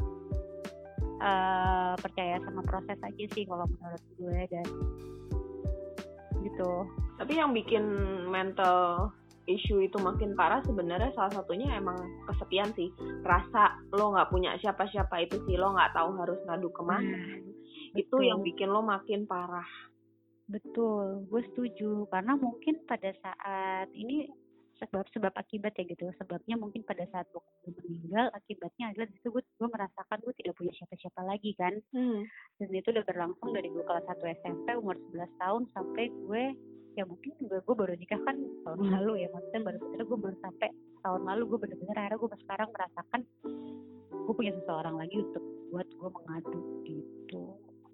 percaya sama proses aja sih kalau menurut gue dan gitu. Tapi yang bikin mental issue itu makin parah sebenarnya salah satunya emang kesepian sih. Rasa lo nggak punya siapa-siapa itu sih, lo nggak tahu harus ngadu kemana. Itu yang bikin lo makin parah. Betul, gue setuju. Karena mungkin pada saat ini sebab akibat ya gitu. Sebabnya mungkin pada saat gue meninggal, akibatnya adalah disitu gue merasakan gue tidak punya siapa-siapa lagi kan. Dan itu udah berlangsung dari gue kelas 1 SMP umur 11 tahun sampai gue ya mungkin gue baru nikah kan tahun lalu ya, maksudnya gue baru sampai tahun lalu gue bener-bener akhirnya gue sekarang merasakan gue punya seseorang lagi untuk buat gue mengadu gitu.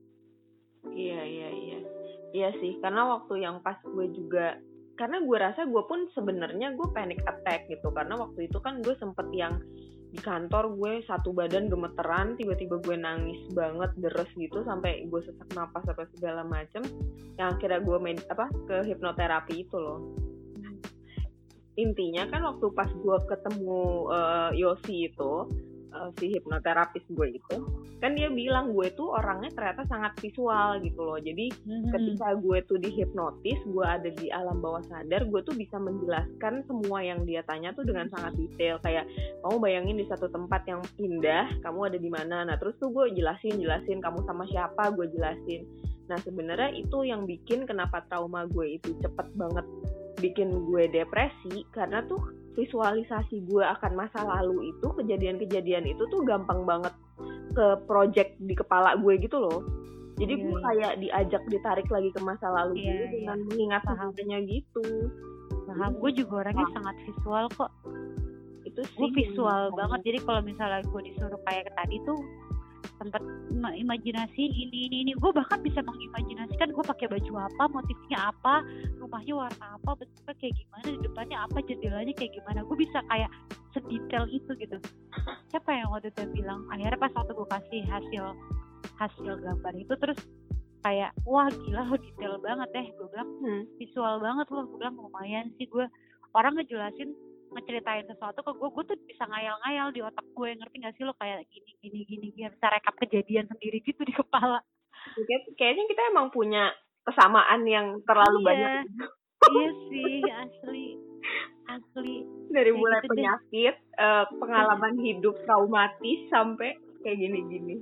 Iya sih, karena waktu yang pas gue juga, karena gue rasa gue pun sebenarnya gue panic attack gitu, karena waktu itu kan gue sempet yang di kantor gue satu badan gemeteran, tiba-tiba gue nangis banget, deres gitu sampai gue sesak napas apa segala macem, yang akhirnya gue ke hipnoterapi itu loh. Intinya kan waktu pas gue ketemu Yosi itu, si hipnoterapis gue itu, kan dia bilang gue tuh orangnya ternyata sangat visual gitu loh. Jadi ketika gue tuh dihipnotis, gue ada di alam bawah sadar, gue tuh bisa menjelaskan semua yang dia tanya tuh dengan sangat detail. Kayak kamu bayangin di satu tempat yang indah, kamu ada di mana. Nah terus tuh gue jelasin kamu sama siapa, gue jelasin. Nah sebenarnya itu yang bikin kenapa trauma gue itu cepet banget bikin gue depresi, karena tuh visualisasi gue akan masa lalu itu, kejadian-kejadian itu tuh gampang banget ke project di kepala gue gitu loh. Jadi gue kayak diajak ditarik lagi ke masa lalu dengan mengingat semuanya gitu. Paham, gue juga orangnya sangat visual kok. Itu sih gue visual banget. Jadi kalau misalnya gue disuruh kayak tadi tuh sempat imajinasi ini, gue bahkan bisa mengimajinasikan gue pakai baju apa, motifnya apa, rumahnya warna apa, bentuknya kayak gimana, di depannya apa, jendelanya kayak gimana. Gue bisa kayak sedetail itu gitu. Siapa yang waktu itu bilang, akhirnya pas waktu gue kasih hasil gambar itu, terus kayak wah gila lo detail banget deh, gue bilang visual banget loh. Gue bilang lumayan sih, gue orang ngejelasin, ngeceritain sesuatu ke gue tuh bisa ngayal-ngayal di otak gue, ngerti gak sih lo, kayak gini bisa rekap kejadian sendiri gitu di kepala. Kayaknya kita emang punya kesamaan yang terlalu banyak. Iya sih, asli. Dari mulai gitu penyakit, pengalaman hidup traumatis sampai kayak gini-gini.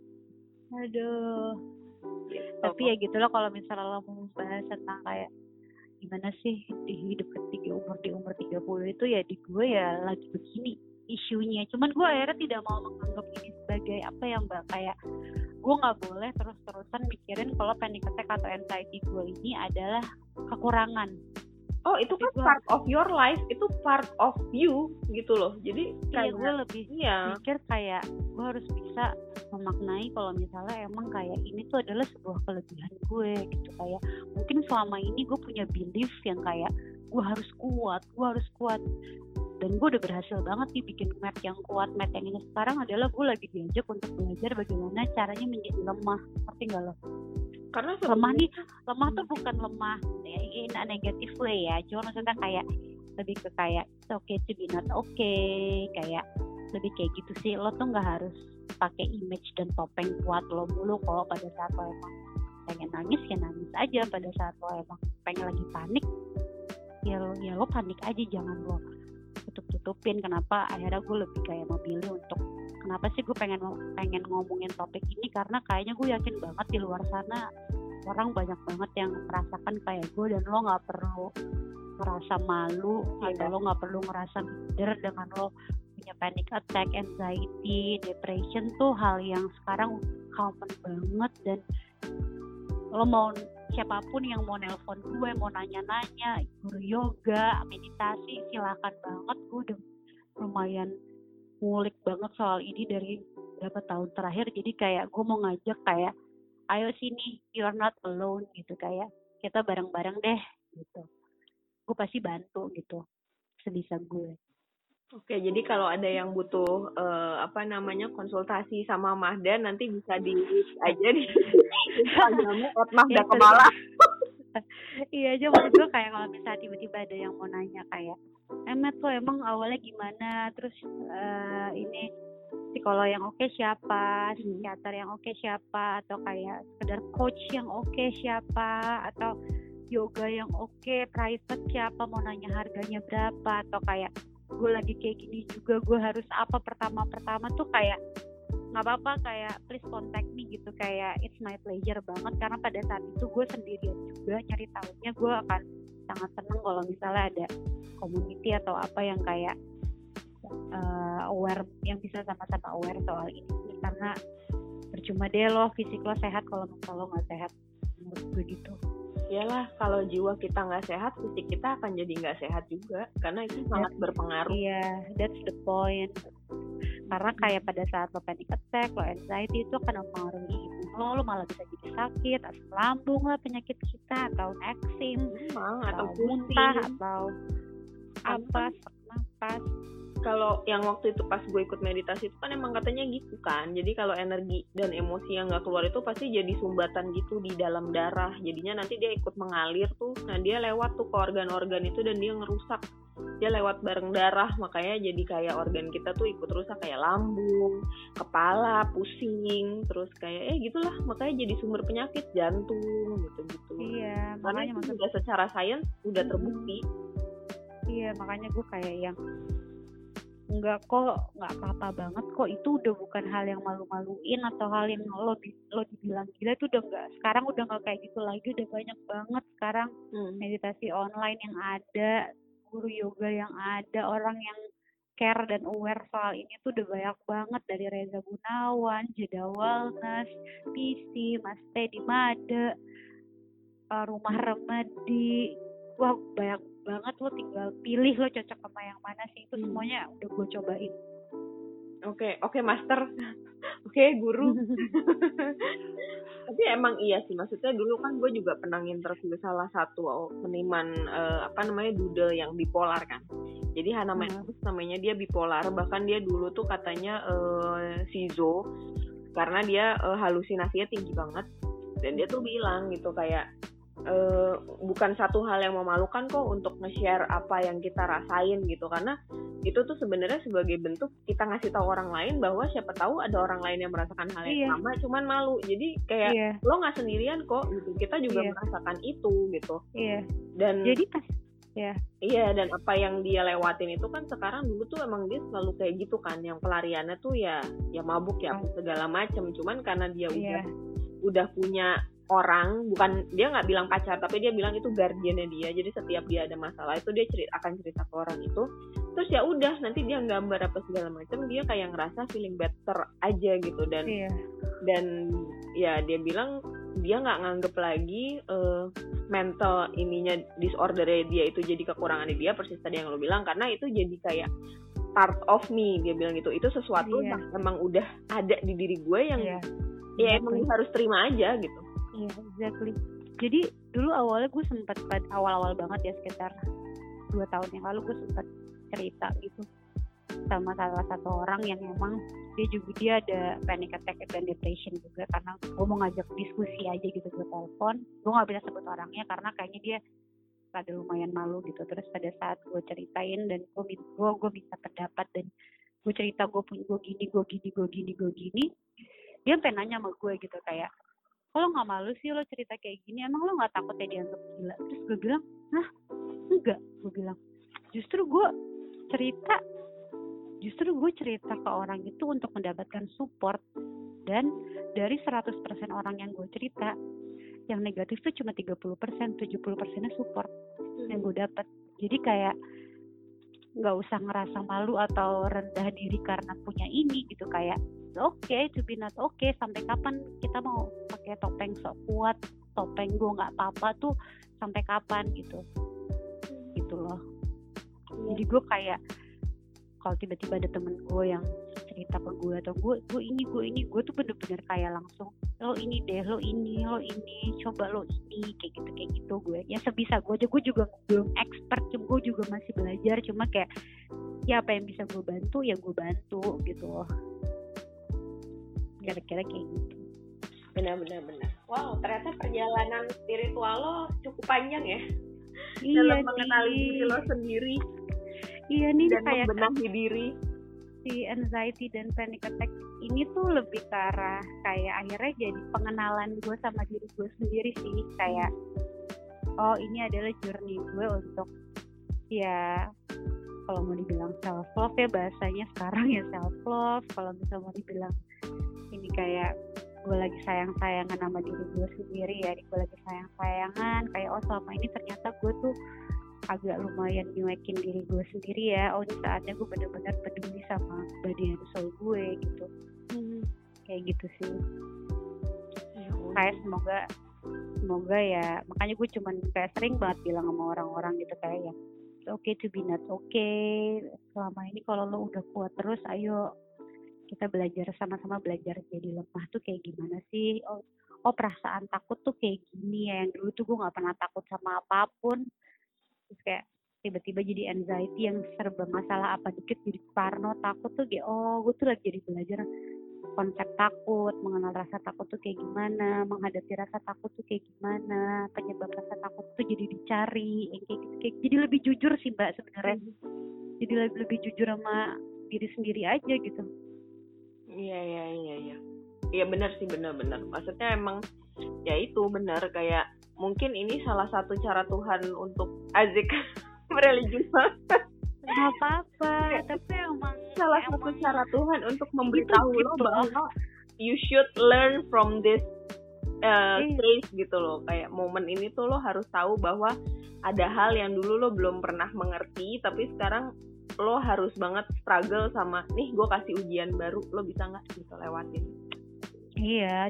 Aduh. Gitu. Tapi ya gitu loh, kalau misalnya lo mau bahas tentang kayak gimana sih di hidup di umur 30 itu, ya di gue ya lagi begini isunya. Cuman gue akhirnya tidak mau menganggap ini sebagai apa yang kayak gue nggak boleh terus-terusan mikirin kalau panic attack atau anxiety gue ini adalah kekurangan. Oh itu kan part of your life, itu part of you gitu loh. Jadi kayak gue lebih mikir kayak gue harus bisa memaknai kalau misalnya emang kayak ini tuh adalah sebuah kelebihan gue gitu. Kayak mungkin selama ini gue punya belief yang kayak gue harus kuat, dan gue udah berhasil banget nih bikin mat yang kuat. Mat yang ini sekarang adalah gue lagi diajak untuk belajar bagaimana caranya menjadi lemah, ngerti nggak lo? Karena lemah tuh bukan lemah in a negative way ya, cuma maksudnya kayak lebih ke kayak it's okay to be not okay, kayak lebih kayak gitu sih. Lo tuh nggak harus pakai image dan topeng kuat lo mulu. Kalau pada saat lo emang pengen nangis ya nangis aja, pada saat lo emang pengen lagi panik ya lo panik aja, jangan lo tutupin. Kenapa akhirnya gue lebih kayak memilih untuk kenapa sih gue pengen ngomongin topik ini, karena kayaknya gue yakin banget di luar sana orang banyak banget yang merasakan kayak gue, dan lo nggak perlu ngerasa malu atau lo nggak perlu ngerasa minder dengan lo punya panic attack, anxiety, depression tuh hal yang sekarang common banget, dan lo mau siapapun yang mau nelpon gue, mau nanya-nanya guru yoga, meditasi, silakan banget. Gue udah lumayan ngulik banget soal ini dari beberapa tahun terakhir. Jadi kayak gue mau ngajak kayak, ayo sini, you're not alone gitu, kayak kita bareng-bareng deh gitu. Gue pasti bantu gitu sebisa gue. Oke, jadi kalau ada yang butuh konsultasi sama Mahda, nanti bisa di aja di Instagramnya @mahda_kepala. Iya aja, maksud gue kayak kalau misalnya tiba-tiba ada yang mau nanya kayak, Matt lo emang awalnya gimana, terus ini psikolog yang oke siapa, psikiater yang oke siapa, atau kayak sekedar coach yang oke siapa, atau yoga yang oke private siapa, mau nanya harganya berapa, atau kayak gue lagi kayak gini juga, gue harus apa pertama tuh kayak nggak apa-apa, kayak please contact me gitu, kayak it's my pleasure banget, karena pada saat itu gue sendirian juga nyari tahunya. Gue akan sangat seneng kalau misalnya ada community atau apa yang kayak aware, yang bisa sama-sama aware soal ini, karena percuma deh lo fisik lo sehat kalau mental lo nggak sehat, menurut gue gitu. Iyalah, kalau jiwa kita nggak sehat, fisik kita akan jadi nggak sehat juga, karena itu sangat berpengaruh. Iya, that's the point. Karena kayak pada saat lo panic attack, lo anxiety, itu akan mempengaruhi imun lo malah bisa jadi sakit, asam lambung lah penyakit kita, atau eksim, atau muntah, atau apa, sesak napas. Kalau yang waktu itu pas gue ikut meditasi itu kan emang katanya gitu kan, jadi kalau energi dan emosi yang nggak keluar itu pasti jadi sumbatan gitu di dalam darah, jadinya nanti dia ikut mengalir tuh, nah dia lewat tuh ke organ-organ itu dan dia ngerusak, dia lewat bareng darah, makanya jadi kayak organ kita tuh ikut rusak, kayak lambung, kepala, pusing, terus kayak gitulah, makanya jadi sumber penyakit jantung gitu-gitu. Iya, makanya udah secara sains udah terbukti. Iya, makanya gue kayak yang nggak apa-apa banget kok, itu udah bukan hal yang malu-maluin atau hal yang lo dibilang gila, itu udah nggak, sekarang udah nggak kayak gitu lagi, udah banyak banget sekarang meditasi online yang ada, guru yoga yang ada, orang yang care dan aware soal ini tuh udah banyak banget, dari Reza Gunawan, Jeda Wellness, PC, Mas Teddy Made, Rumah Remedi, wah banyak banget, lo tinggal pilih lo cocok sama yang mana sih, itu semuanya udah gue cobain. Oke, master. Oke, guru. Tapi emang iya sih, maksudnya dulu kan gue juga pernah interview salah satu seniman doodle yang bipolar kan. Jadi Hannah Matthews namanya, dia bipolar, bahkan dia dulu tuh katanya schizo karena dia halusinasinya tinggi banget, dan dia tuh bilang gitu kayak bukan satu hal yang memalukan kok untuk nge-share apa yang kita rasain gitu, karena itu tuh sebenarnya sebagai bentuk kita ngasih tahu orang lain bahwa siapa tahu ada orang lain yang merasakan hal yang sama, cuman malu, jadi kayak lo nggak sendirian kok gitu, kita juga merasakan itu gitu. Dan jadi pas dan apa yang dia lewatin itu kan sekarang, dulu tuh emang dia selalu kayak gitu kan, yang pelariannya tuh ya mabuk ya segala macem, cuman karena dia udah punya orang, bukan, dia nggak bilang pacar, tapi dia bilang itu guardiannya dia, jadi setiap dia ada masalah itu dia akan cerita ke orang itu, terus ya udah nanti dia gambar apa segala macam, dia kayak ngerasa feeling better aja gitu, dan ya dia bilang dia nggak nganggep lagi mental ininya, disordernya dia itu jadi kekurangannya dia, persis tadi yang lo bilang, karena itu jadi kayak part of me, dia bilang gitu, itu sesuatu yang emang udah ada di diri gue yang emang harus terima aja gitu. Iya, exactly. Jadi dulu awalnya gue sempat, awal-awal banget ya, sekitar 2 tahun yang lalu gue sempat cerita gitu sama salah satu orang yang emang dia ada panic attack dan depression juga, karena gue mau ngajak diskusi aja gitu, gue telepon, gue nggak bisa sebut orangnya karena kayaknya dia rada lumayan malu gitu. Terus pada saat gue ceritain dan gue minta pendapat dan gue cerita gue gini, dia pengen nanya sama gue gitu kayak, kalau nggak malu sih lo cerita kayak gini, emang lo nggak takut ya dianggap gila? Terus gue bilang, enggak, gue bilang justru gue cerita ke orang itu untuk mendapatkan support, dan dari 100% orang yang gue cerita, yang negatif tuh cuma 30%, 70%-nya support yang gue dapat. Jadi kayak nggak usah ngerasa malu atau rendah diri karena punya ini gitu, kayak okay to be not okay. Sampai kapan kita mau pakai topeng sok kuat, topeng gue nggak apa-apa tuh sampai kapan gitu loh. Jadi gue kayak kalau tiba-tiba ada temen gue yang cerita ke gue atau gue ini gue tuh bener-bener kayak langsung lo ini deh, lo ini coba lo ini kayak gitu gue ya sebisa gue aja. Gue juga belum expert, gue juga masih belajar, cuma kayak ya apa yang bisa gue bantu ya gue bantu gitu loh, kira-kira kayak gitu. Benar. Wow, ternyata perjalanan spiritual lo cukup panjang ya. Iya, dalam mengenali diri lo sendiri. Iya nih, dan kayak membenahi diri. Si anxiety dan panic attack ini tuh lebih ke arah kayak akhirnya jadi pengenalan gue sama diri gue sendiri sih. Kayak oh ini adalah journey gue untuk ya kalau mau dibilang self love ya bahasanya sekarang ya self love. Kalau misalnya mau dibilang ini kayak gue lagi sayang-sayangan sama diri gue sendiri ya, gue lagi sayang-sayangan kayak oh selama ini ternyata gue tuh agak lumayan nyuekin diri gue sendiri ya. Oh ini saatnya gue benar-benar peduli sama body and soul gue gitu. Kayak gitu sih. Kayak semoga ya, makanya gue cuman kayak sering banget bilang sama orang-orang gitu kayak ya it's okay to be not okay. Selama ini kalau lo udah kuat terus, ayo kita belajar sama-sama, belajar jadi lemah tuh kayak gimana sih. Oh perasaan takut tuh kayak gini ya, yang dulu tuh gue gak pernah takut sama apapun, terus kayak tiba-tiba jadi anxiety yang serba masalah apa dikit jadi parno takut tuh kayak oh gue tuh lagi jadi belajar konsep takut, mengenal rasa takut tuh kayak gimana, menghadapi rasa takut tuh kayak gimana, penyebab rasa takut tuh jadi dicari, yang kayak gitu, kayak jadi lebih jujur sih Mbak sebenarnya. Jadi lebih jujur sama diri sendiri aja gitu. Iya benar sih, benar. Maksudnya emang ya itu benar, kayak mungkin ini salah satu cara Tuhan untuk Azik religius banget. Nggak apa-apa, tapi emang salah satu cara Tuhan untuk memberitahu lo bahwa you should learn from this case gitu loh. Kayak momen ini tuh lo harus tahu bahwa ada hal yang dulu lo belum pernah mengerti, tapi sekarang lo harus banget struggle sama nih gue kasih ujian baru, lo bisa nggak gitu lewatin. Iya,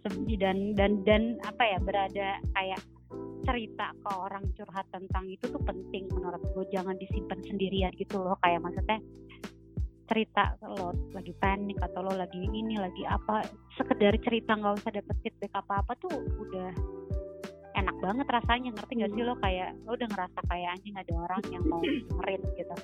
dan apa ya, berada kayak cerita ke orang curhat tentang itu tuh penting menurut gue. Jangan disimpan sendirian gitu loh, kayak maksudnya cerita lo lagi panik atau lo lagi ini lagi apa, sekedar cerita nggak usah dapet feedback apa tuh udah enak banget rasanya, ngerti nggak sih lo? Kayak lo udah ngerasa kayak anjing ada orang yang mau dengerin gitu.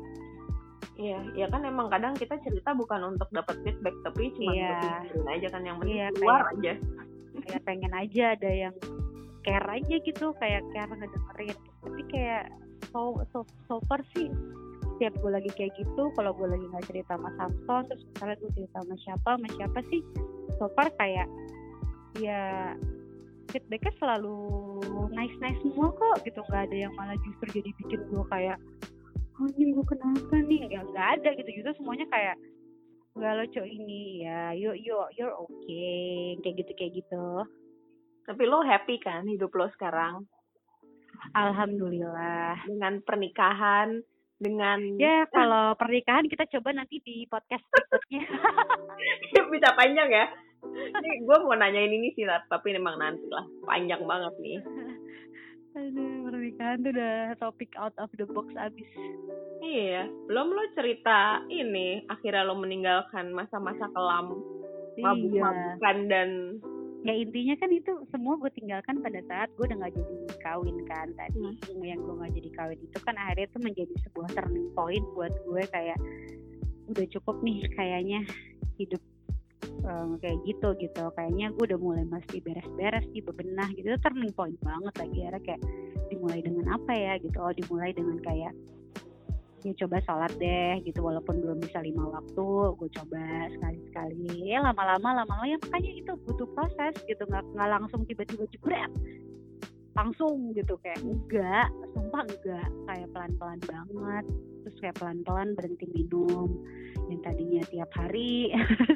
Iya, ya kan emang kadang kita cerita bukan untuk dapat feedback, tapi cuma dengerin aja kan, yang penting keluar aja. Kayak pengen aja ada yang care aja gitu, kayak care ngedengerin. Tapi kayak so far sih setiap gue lagi kayak gitu, kalau gue lagi nggak cerita sama Samson, terus misalnya gue cerita sama siapa sih, so far kayak ya feedbacknya selalu nice semua kok gitu, nggak ada yang malah justru jadi bikin gue kayak anjing gue kenapa nih, nggak ada gitu semuanya kayak nggak lo cowok ini ya you're okay, kayak gitu. Tapi lo happy kan hidup lo sekarang? Alhamdulillah. Dengan pernikahan, dengan ya kalau pernikahan kita coba nanti di podcast berikutnya. Bisa panjang ya. Ini gue mau nanyain ini sih, tapi memang nanti lah, panjang banget nih. Aduh, pernikahan tuh udah topik out of the box abis. Iya, belum lo cerita ini akhirnya lo meninggalkan masa-masa kelam, mabuk-mabukan dan ya intinya kan itu semua gue tinggalkan pada saat gue udah nggak jadi kawin kan tadi. Yang gue nggak jadi kawin itu kan akhirnya tuh menjadi sebuah turning point buat gue, kayak udah cukup nih kayaknya hidup kayak gitu kayaknya gue udah mulai mesti beres-beres nih, bebenah gitu. Itu turning point banget lagi, akhirnya kayak dimulai dengan apa ya gitu. Dimulai dengan kayak ya coba sholat deh gitu, walaupun belum bisa 5 waktu gue coba sekali-sekali. Ya lama-lama ya, makanya itu butuh proses gitu, nggak langsung tiba-tiba jebret langsung gitu, kayak enggak, sumpah enggak, kayak pelan-pelan banget. Terus kayak pelan-pelan berhenti minum yang tadinya tiap hari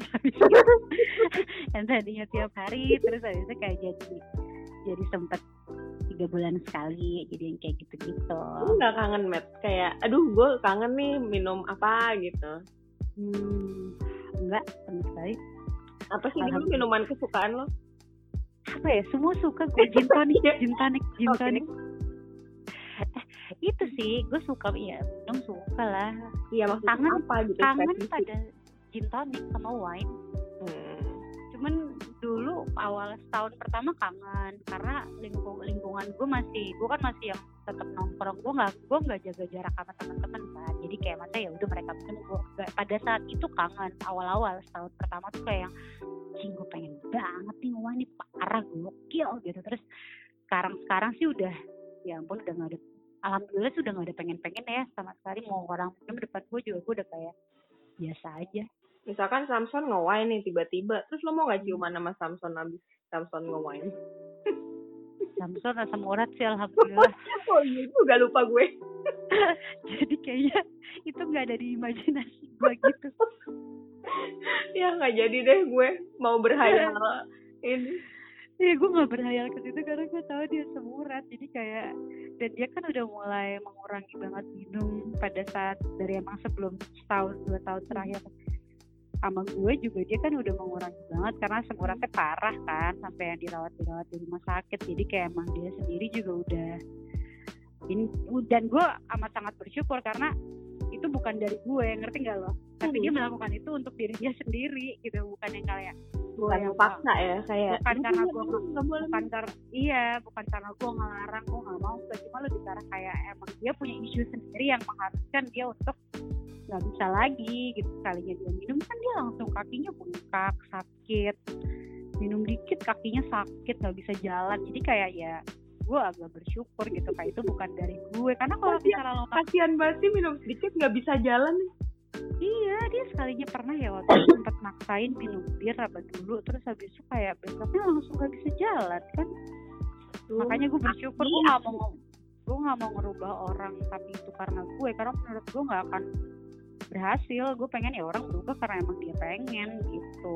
terus habisnya kayak jadi sempet 3 bulan sekali, jadi yang kayak gitu-gitu. Lu nggak kangen, Matt? Kayak aduh gue kangen nih minum apa gitu? enggak sama sekali. Apa sih dulu minuman kesukaan lo? Apa ya, semua suka gue. Gin tonic. Okay. Itu sih gue suka, ya minum suka lah. Iya, maksudnya Kangen apa gitu? kangen spesifik? pada gin tonic sama wine. Cuman dulu awal setahun pertama kangen karena lingkungan gue kan masih yang tetap nongkrong. Gue nggak jaga jarak sama teman-teman kan, jadi kayak masa ya udah mereka pesen, gue pada saat itu kangen. Awal setahun pertama tuh kayak yang gue pengen banget nih, wah ini parah gokil gitu. Terus sekarang sih udah, ya ampun, udah nggak ada, alhamdulillah sudah nggak ada pengen ya sama sekali. Mau orang minum depan gue juga gue udah kayak biasa aja. Misalkan Samson nge-wine nih tiba-tiba, terus lo mau gak ciuman sama Samson abis Samson nge-wine? Samson asam urat sih alhamdulillah. Oh iya juga, lupa gue. Jadi kayaknya itu nggak ada di imajinasi gue gitu. Ya nggak jadi deh gue mau berhayal ini. Iya, gue nggak berhayal ke situ karena gue tahu dia asam urat. Jadi kayak, dan dia kan udah mulai mengurangi banget minum pada saat dari emang sebelum setahun 2 tahun terakhir sama gue juga, dia kan udah mengurangi banget karena asam uratnya parah kan, sampai yang dirawat di rumah sakit. Jadi kayak emang dia sendiri juga udah ini, dan gue amat sangat bersyukur karena itu bukan dari gue, ngerti nggak lo? Tapi dia melakukan itu untuk diri dia sendiri gitu, bukan yang kayak Bukan yang paksa ya, kayak bukan karena gue bukan karena gue ngelarang, gue nggak mau. Cuma lebih karena kayak emang dia punya isu sendiri yang mengharuskan dia untuk nggak bisa lagi gitu. Kalinya dia minum kan dia langsung kakinya bengkak, sakit, minum dikit kakinya sakit, nggak bisa jalan. Jadi kayak ya gue agak bersyukur gitu, kayak itu bukan dari gue. Karena kalau misalnya lo kasihan banget sih, minum sedikit nggak bisa jalan. Iya, dia sekalinya pernah ya waktu itu sempat maksain minum bir apa dulu, terus habis itu kayak besoknya langsung gak bisa jalan kan. Makanya gue bersyukur, gue nggak mau ngerubah orang, tapi itu karena gue, karena menurut gue nggak akan berhasil. Gue pengen ya orang berubah karena emang dia pengen gitu.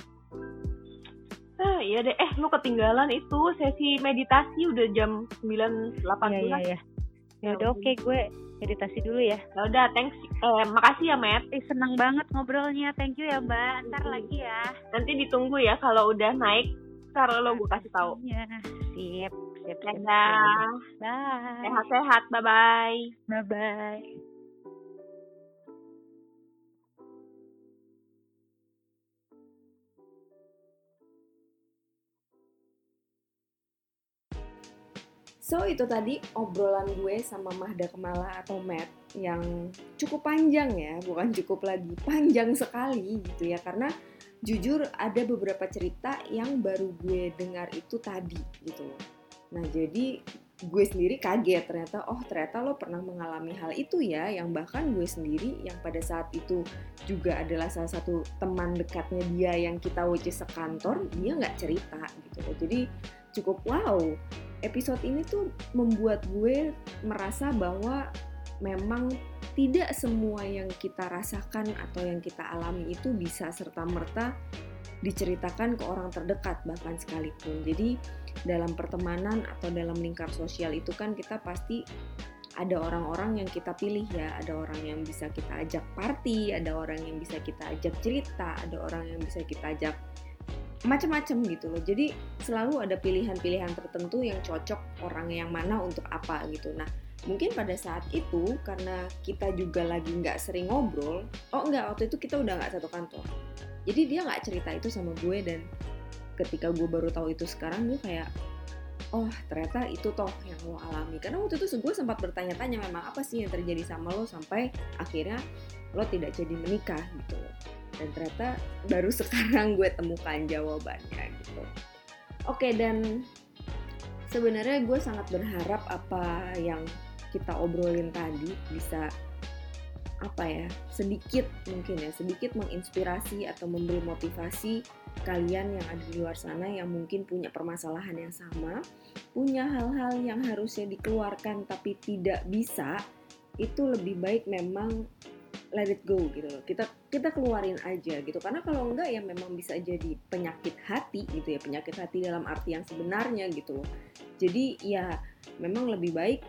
Iya deh, lu ketinggalan itu sesi meditasi udah jam 9.18. Iya. Ya udah, oke, gue meditasi dulu ya. Ya udah, thanks. Makasih ya, Matt. Senang banget ngobrolnya. Thank you ya, Mbak. Ntar lagi ya. Nanti ditunggu ya, kalau udah naik, ntar lo gue kasih tahu. Iya, sip. Dadah. Bye. Sehat-sehat. Bye-bye. Bye-bye. So itu tadi obrolan gue sama Mahda Kemala atau Matt yang cukup panjang ya, bukan cukup lagi, panjang sekali gitu ya, karena jujur ada beberapa cerita yang baru gue dengar itu tadi gitu. Nah jadi gue sendiri kaget, ternyata lo pernah mengalami hal itu ya, yang bahkan gue sendiri yang pada saat itu juga adalah salah satu teman dekatnya dia yang kita which is sekantor, dia nggak cerita gitu loh. Jadi cukup wow. Episode ini tuh membuat gue merasa bahwa memang tidak semua yang kita rasakan atau yang kita alami itu bisa serta-merta diceritakan ke orang terdekat bahkan sekalipun. Jadi dalam pertemanan atau dalam lingkar sosial itu kan kita pasti ada orang-orang yang kita pilih ya, ada orang yang bisa kita ajak party, ada orang yang bisa kita ajak cerita, ada orang yang bisa kita ajak macam-macam gitu loh. Jadi selalu ada pilihan-pilihan tertentu yang cocok orang yang mana untuk apa gitu. Nah mungkin pada saat itu karena kita juga lagi nggak sering ngobrol, waktu itu kita udah nggak satu kantor, jadi dia nggak cerita itu sama gue. Dan ketika gue baru tahu itu sekarang, gue kayak ternyata itu toh yang lo alami. Karena waktu itu gue sempat bertanya-tanya memang apa sih yang terjadi sama lo sampai akhirnya lo tidak jadi menikah gitu loh. Dan ternyata baru sekarang gue temukan jawabannya gitu. Oke, dan sebenarnya gue sangat berharap apa yang kita obrolin tadi bisa sedikit menginspirasi atau memberi motivasi kalian yang ada di luar sana yang mungkin punya permasalahan yang sama, punya hal-hal yang harusnya dikeluarkan tapi tidak bisa. Itu lebih baik memang let it go gitu loh. Kita keluarin aja gitu. Karena kalau enggak ya memang bisa jadi penyakit hati gitu ya. Penyakit hati dalam arti yang sebenarnya gitu loh. Jadi ya memang lebih baik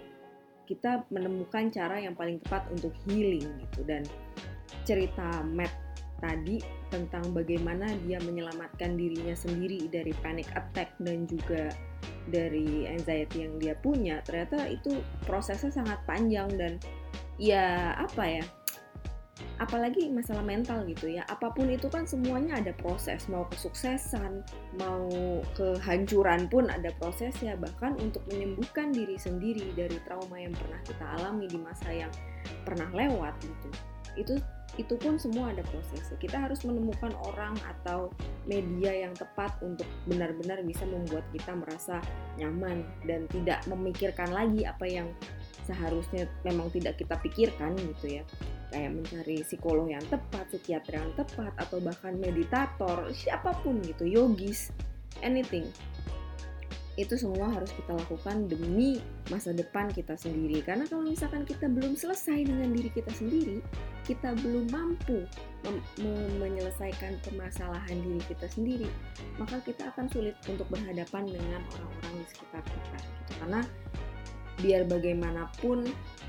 kita menemukan cara yang paling tepat untuk healing gitu. Dan cerita Matt tadi tentang bagaimana dia menyelamatkan dirinya sendiri dari panic attack dan juga dari anxiety yang dia punya, ternyata itu prosesnya sangat panjang dan ya apalagi masalah mental gitu ya, apapun itu kan semuanya ada proses, mau kesuksesan, mau kehancuran pun ada prosesnya, bahkan untuk menyembuhkan diri sendiri dari trauma yang pernah kita alami di masa yang pernah lewat gitu. Itu pun semua ada prosesnya. Kita harus menemukan orang atau media yang tepat untuk benar-benar bisa membuat kita merasa nyaman dan tidak memikirkan lagi apa yang seharusnya memang tidak kita pikirkan gitu ya. Kayak mencari psikolog yang tepat, psikiater yang tepat, atau bahkan meditator, siapapun gitu, yogis, anything. Itu semua harus kita lakukan demi masa depan kita sendiri. Karena kalau misalkan kita belum selesai dengan diri kita sendiri, kita belum mampu menyelesaikan permasalahan diri kita sendiri, maka kita akan sulit untuk berhadapan dengan orang-orang di sekitar kita gitu. Karena biar bagaimanapun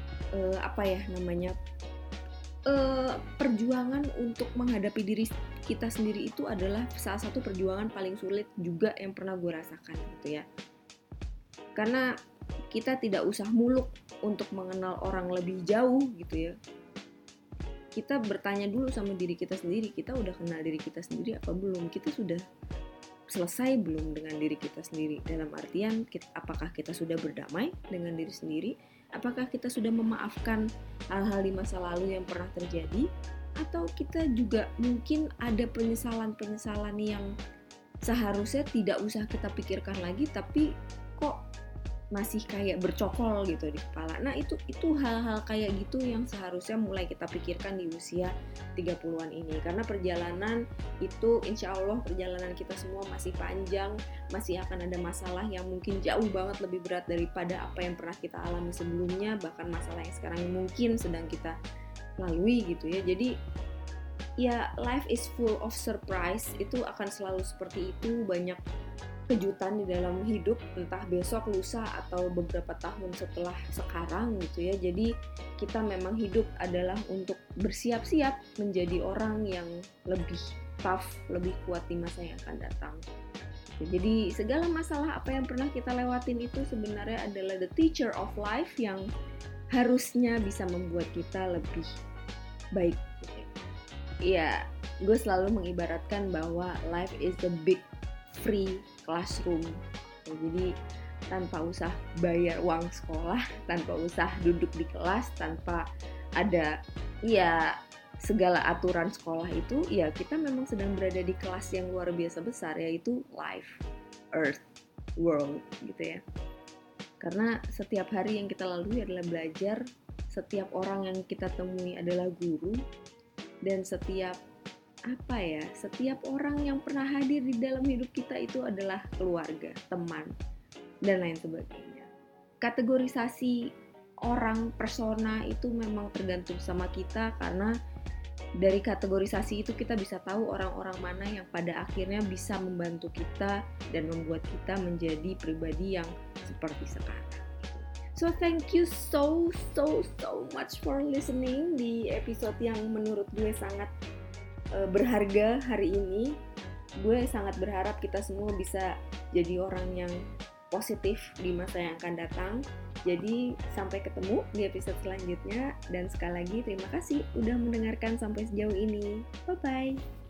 perjuangan untuk menghadapi diri kita sendiri itu adalah salah satu perjuangan paling sulit juga yang pernah gue rasakan gitu ya. Karena kita tidak usah muluk untuk mengenal orang lebih jauh gitu ya. Kita bertanya dulu sama diri kita sendiri, kita udah kenal diri kita sendiri apa belum? Kita sudah selesai belum dengan diri kita sendiri? Dalam artian, apakah kita sudah berdamai dengan diri sendiri? Apakah kita sudah memaafkan hal-hal di masa lalu yang pernah terjadi? Atau kita juga mungkin ada penyesalan-penyesalan yang seharusnya tidak usah kita pikirkan lagi, tapi kok masih kayak bercokol gitu di kepala. Nah itu hal-hal kayak gitu yang seharusnya mulai kita pikirkan di usia 30-an ini. Karena perjalanan itu insya Allah perjalanan kita semua masih panjang, masih akan ada masalah yang mungkin jauh banget lebih berat daripada apa yang pernah kita alami sebelumnya, bahkan masalah yang sekarang mungkin sedang kita lalui gitu ya. Jadi ya life is full of surprise, itu akan selalu seperti itu, banyak kejutan di dalam hidup, entah besok, lusa, atau beberapa tahun setelah sekarang gitu ya. Jadi kita memang hidup adalah untuk bersiap-siap menjadi orang yang lebih tough, lebih kuat di masa yang akan datang. Jadi segala masalah apa yang pernah kita lewatin itu sebenarnya adalah the teacher of life yang harusnya bisa membuat kita lebih baik gitu. Ya, gue selalu mengibaratkan bahwa life is the big free classroom. Jadi tanpa usah bayar uang sekolah, tanpa usah duduk di kelas, tanpa ada segala aturan sekolah itu, ya kita memang sedang berada di kelas yang luar biasa besar, yaitu life, earth, world gitu ya. Karena setiap hari yang kita lalui adalah belajar, setiap orang yang kita temui adalah guru, dan setiap orang yang pernah hadir di dalam hidup kita itu adalah keluarga, teman, dan lain sebagainya. Kategorisasi orang, persona itu memang tergantung sama kita, karena dari kategorisasi itu kita bisa tahu orang-orang mana yang pada akhirnya bisa membantu kita dan membuat kita menjadi pribadi yang seperti sekarang. So thank you so much for listening di episode yang menurut gue sangat berharga hari ini. Gue sangat berharap kita semua bisa jadi orang yang positif di masa yang akan datang. Jadi sampai ketemu di episode selanjutnya, dan sekali lagi terima kasih udah mendengarkan sampai sejauh ini. Bye bye.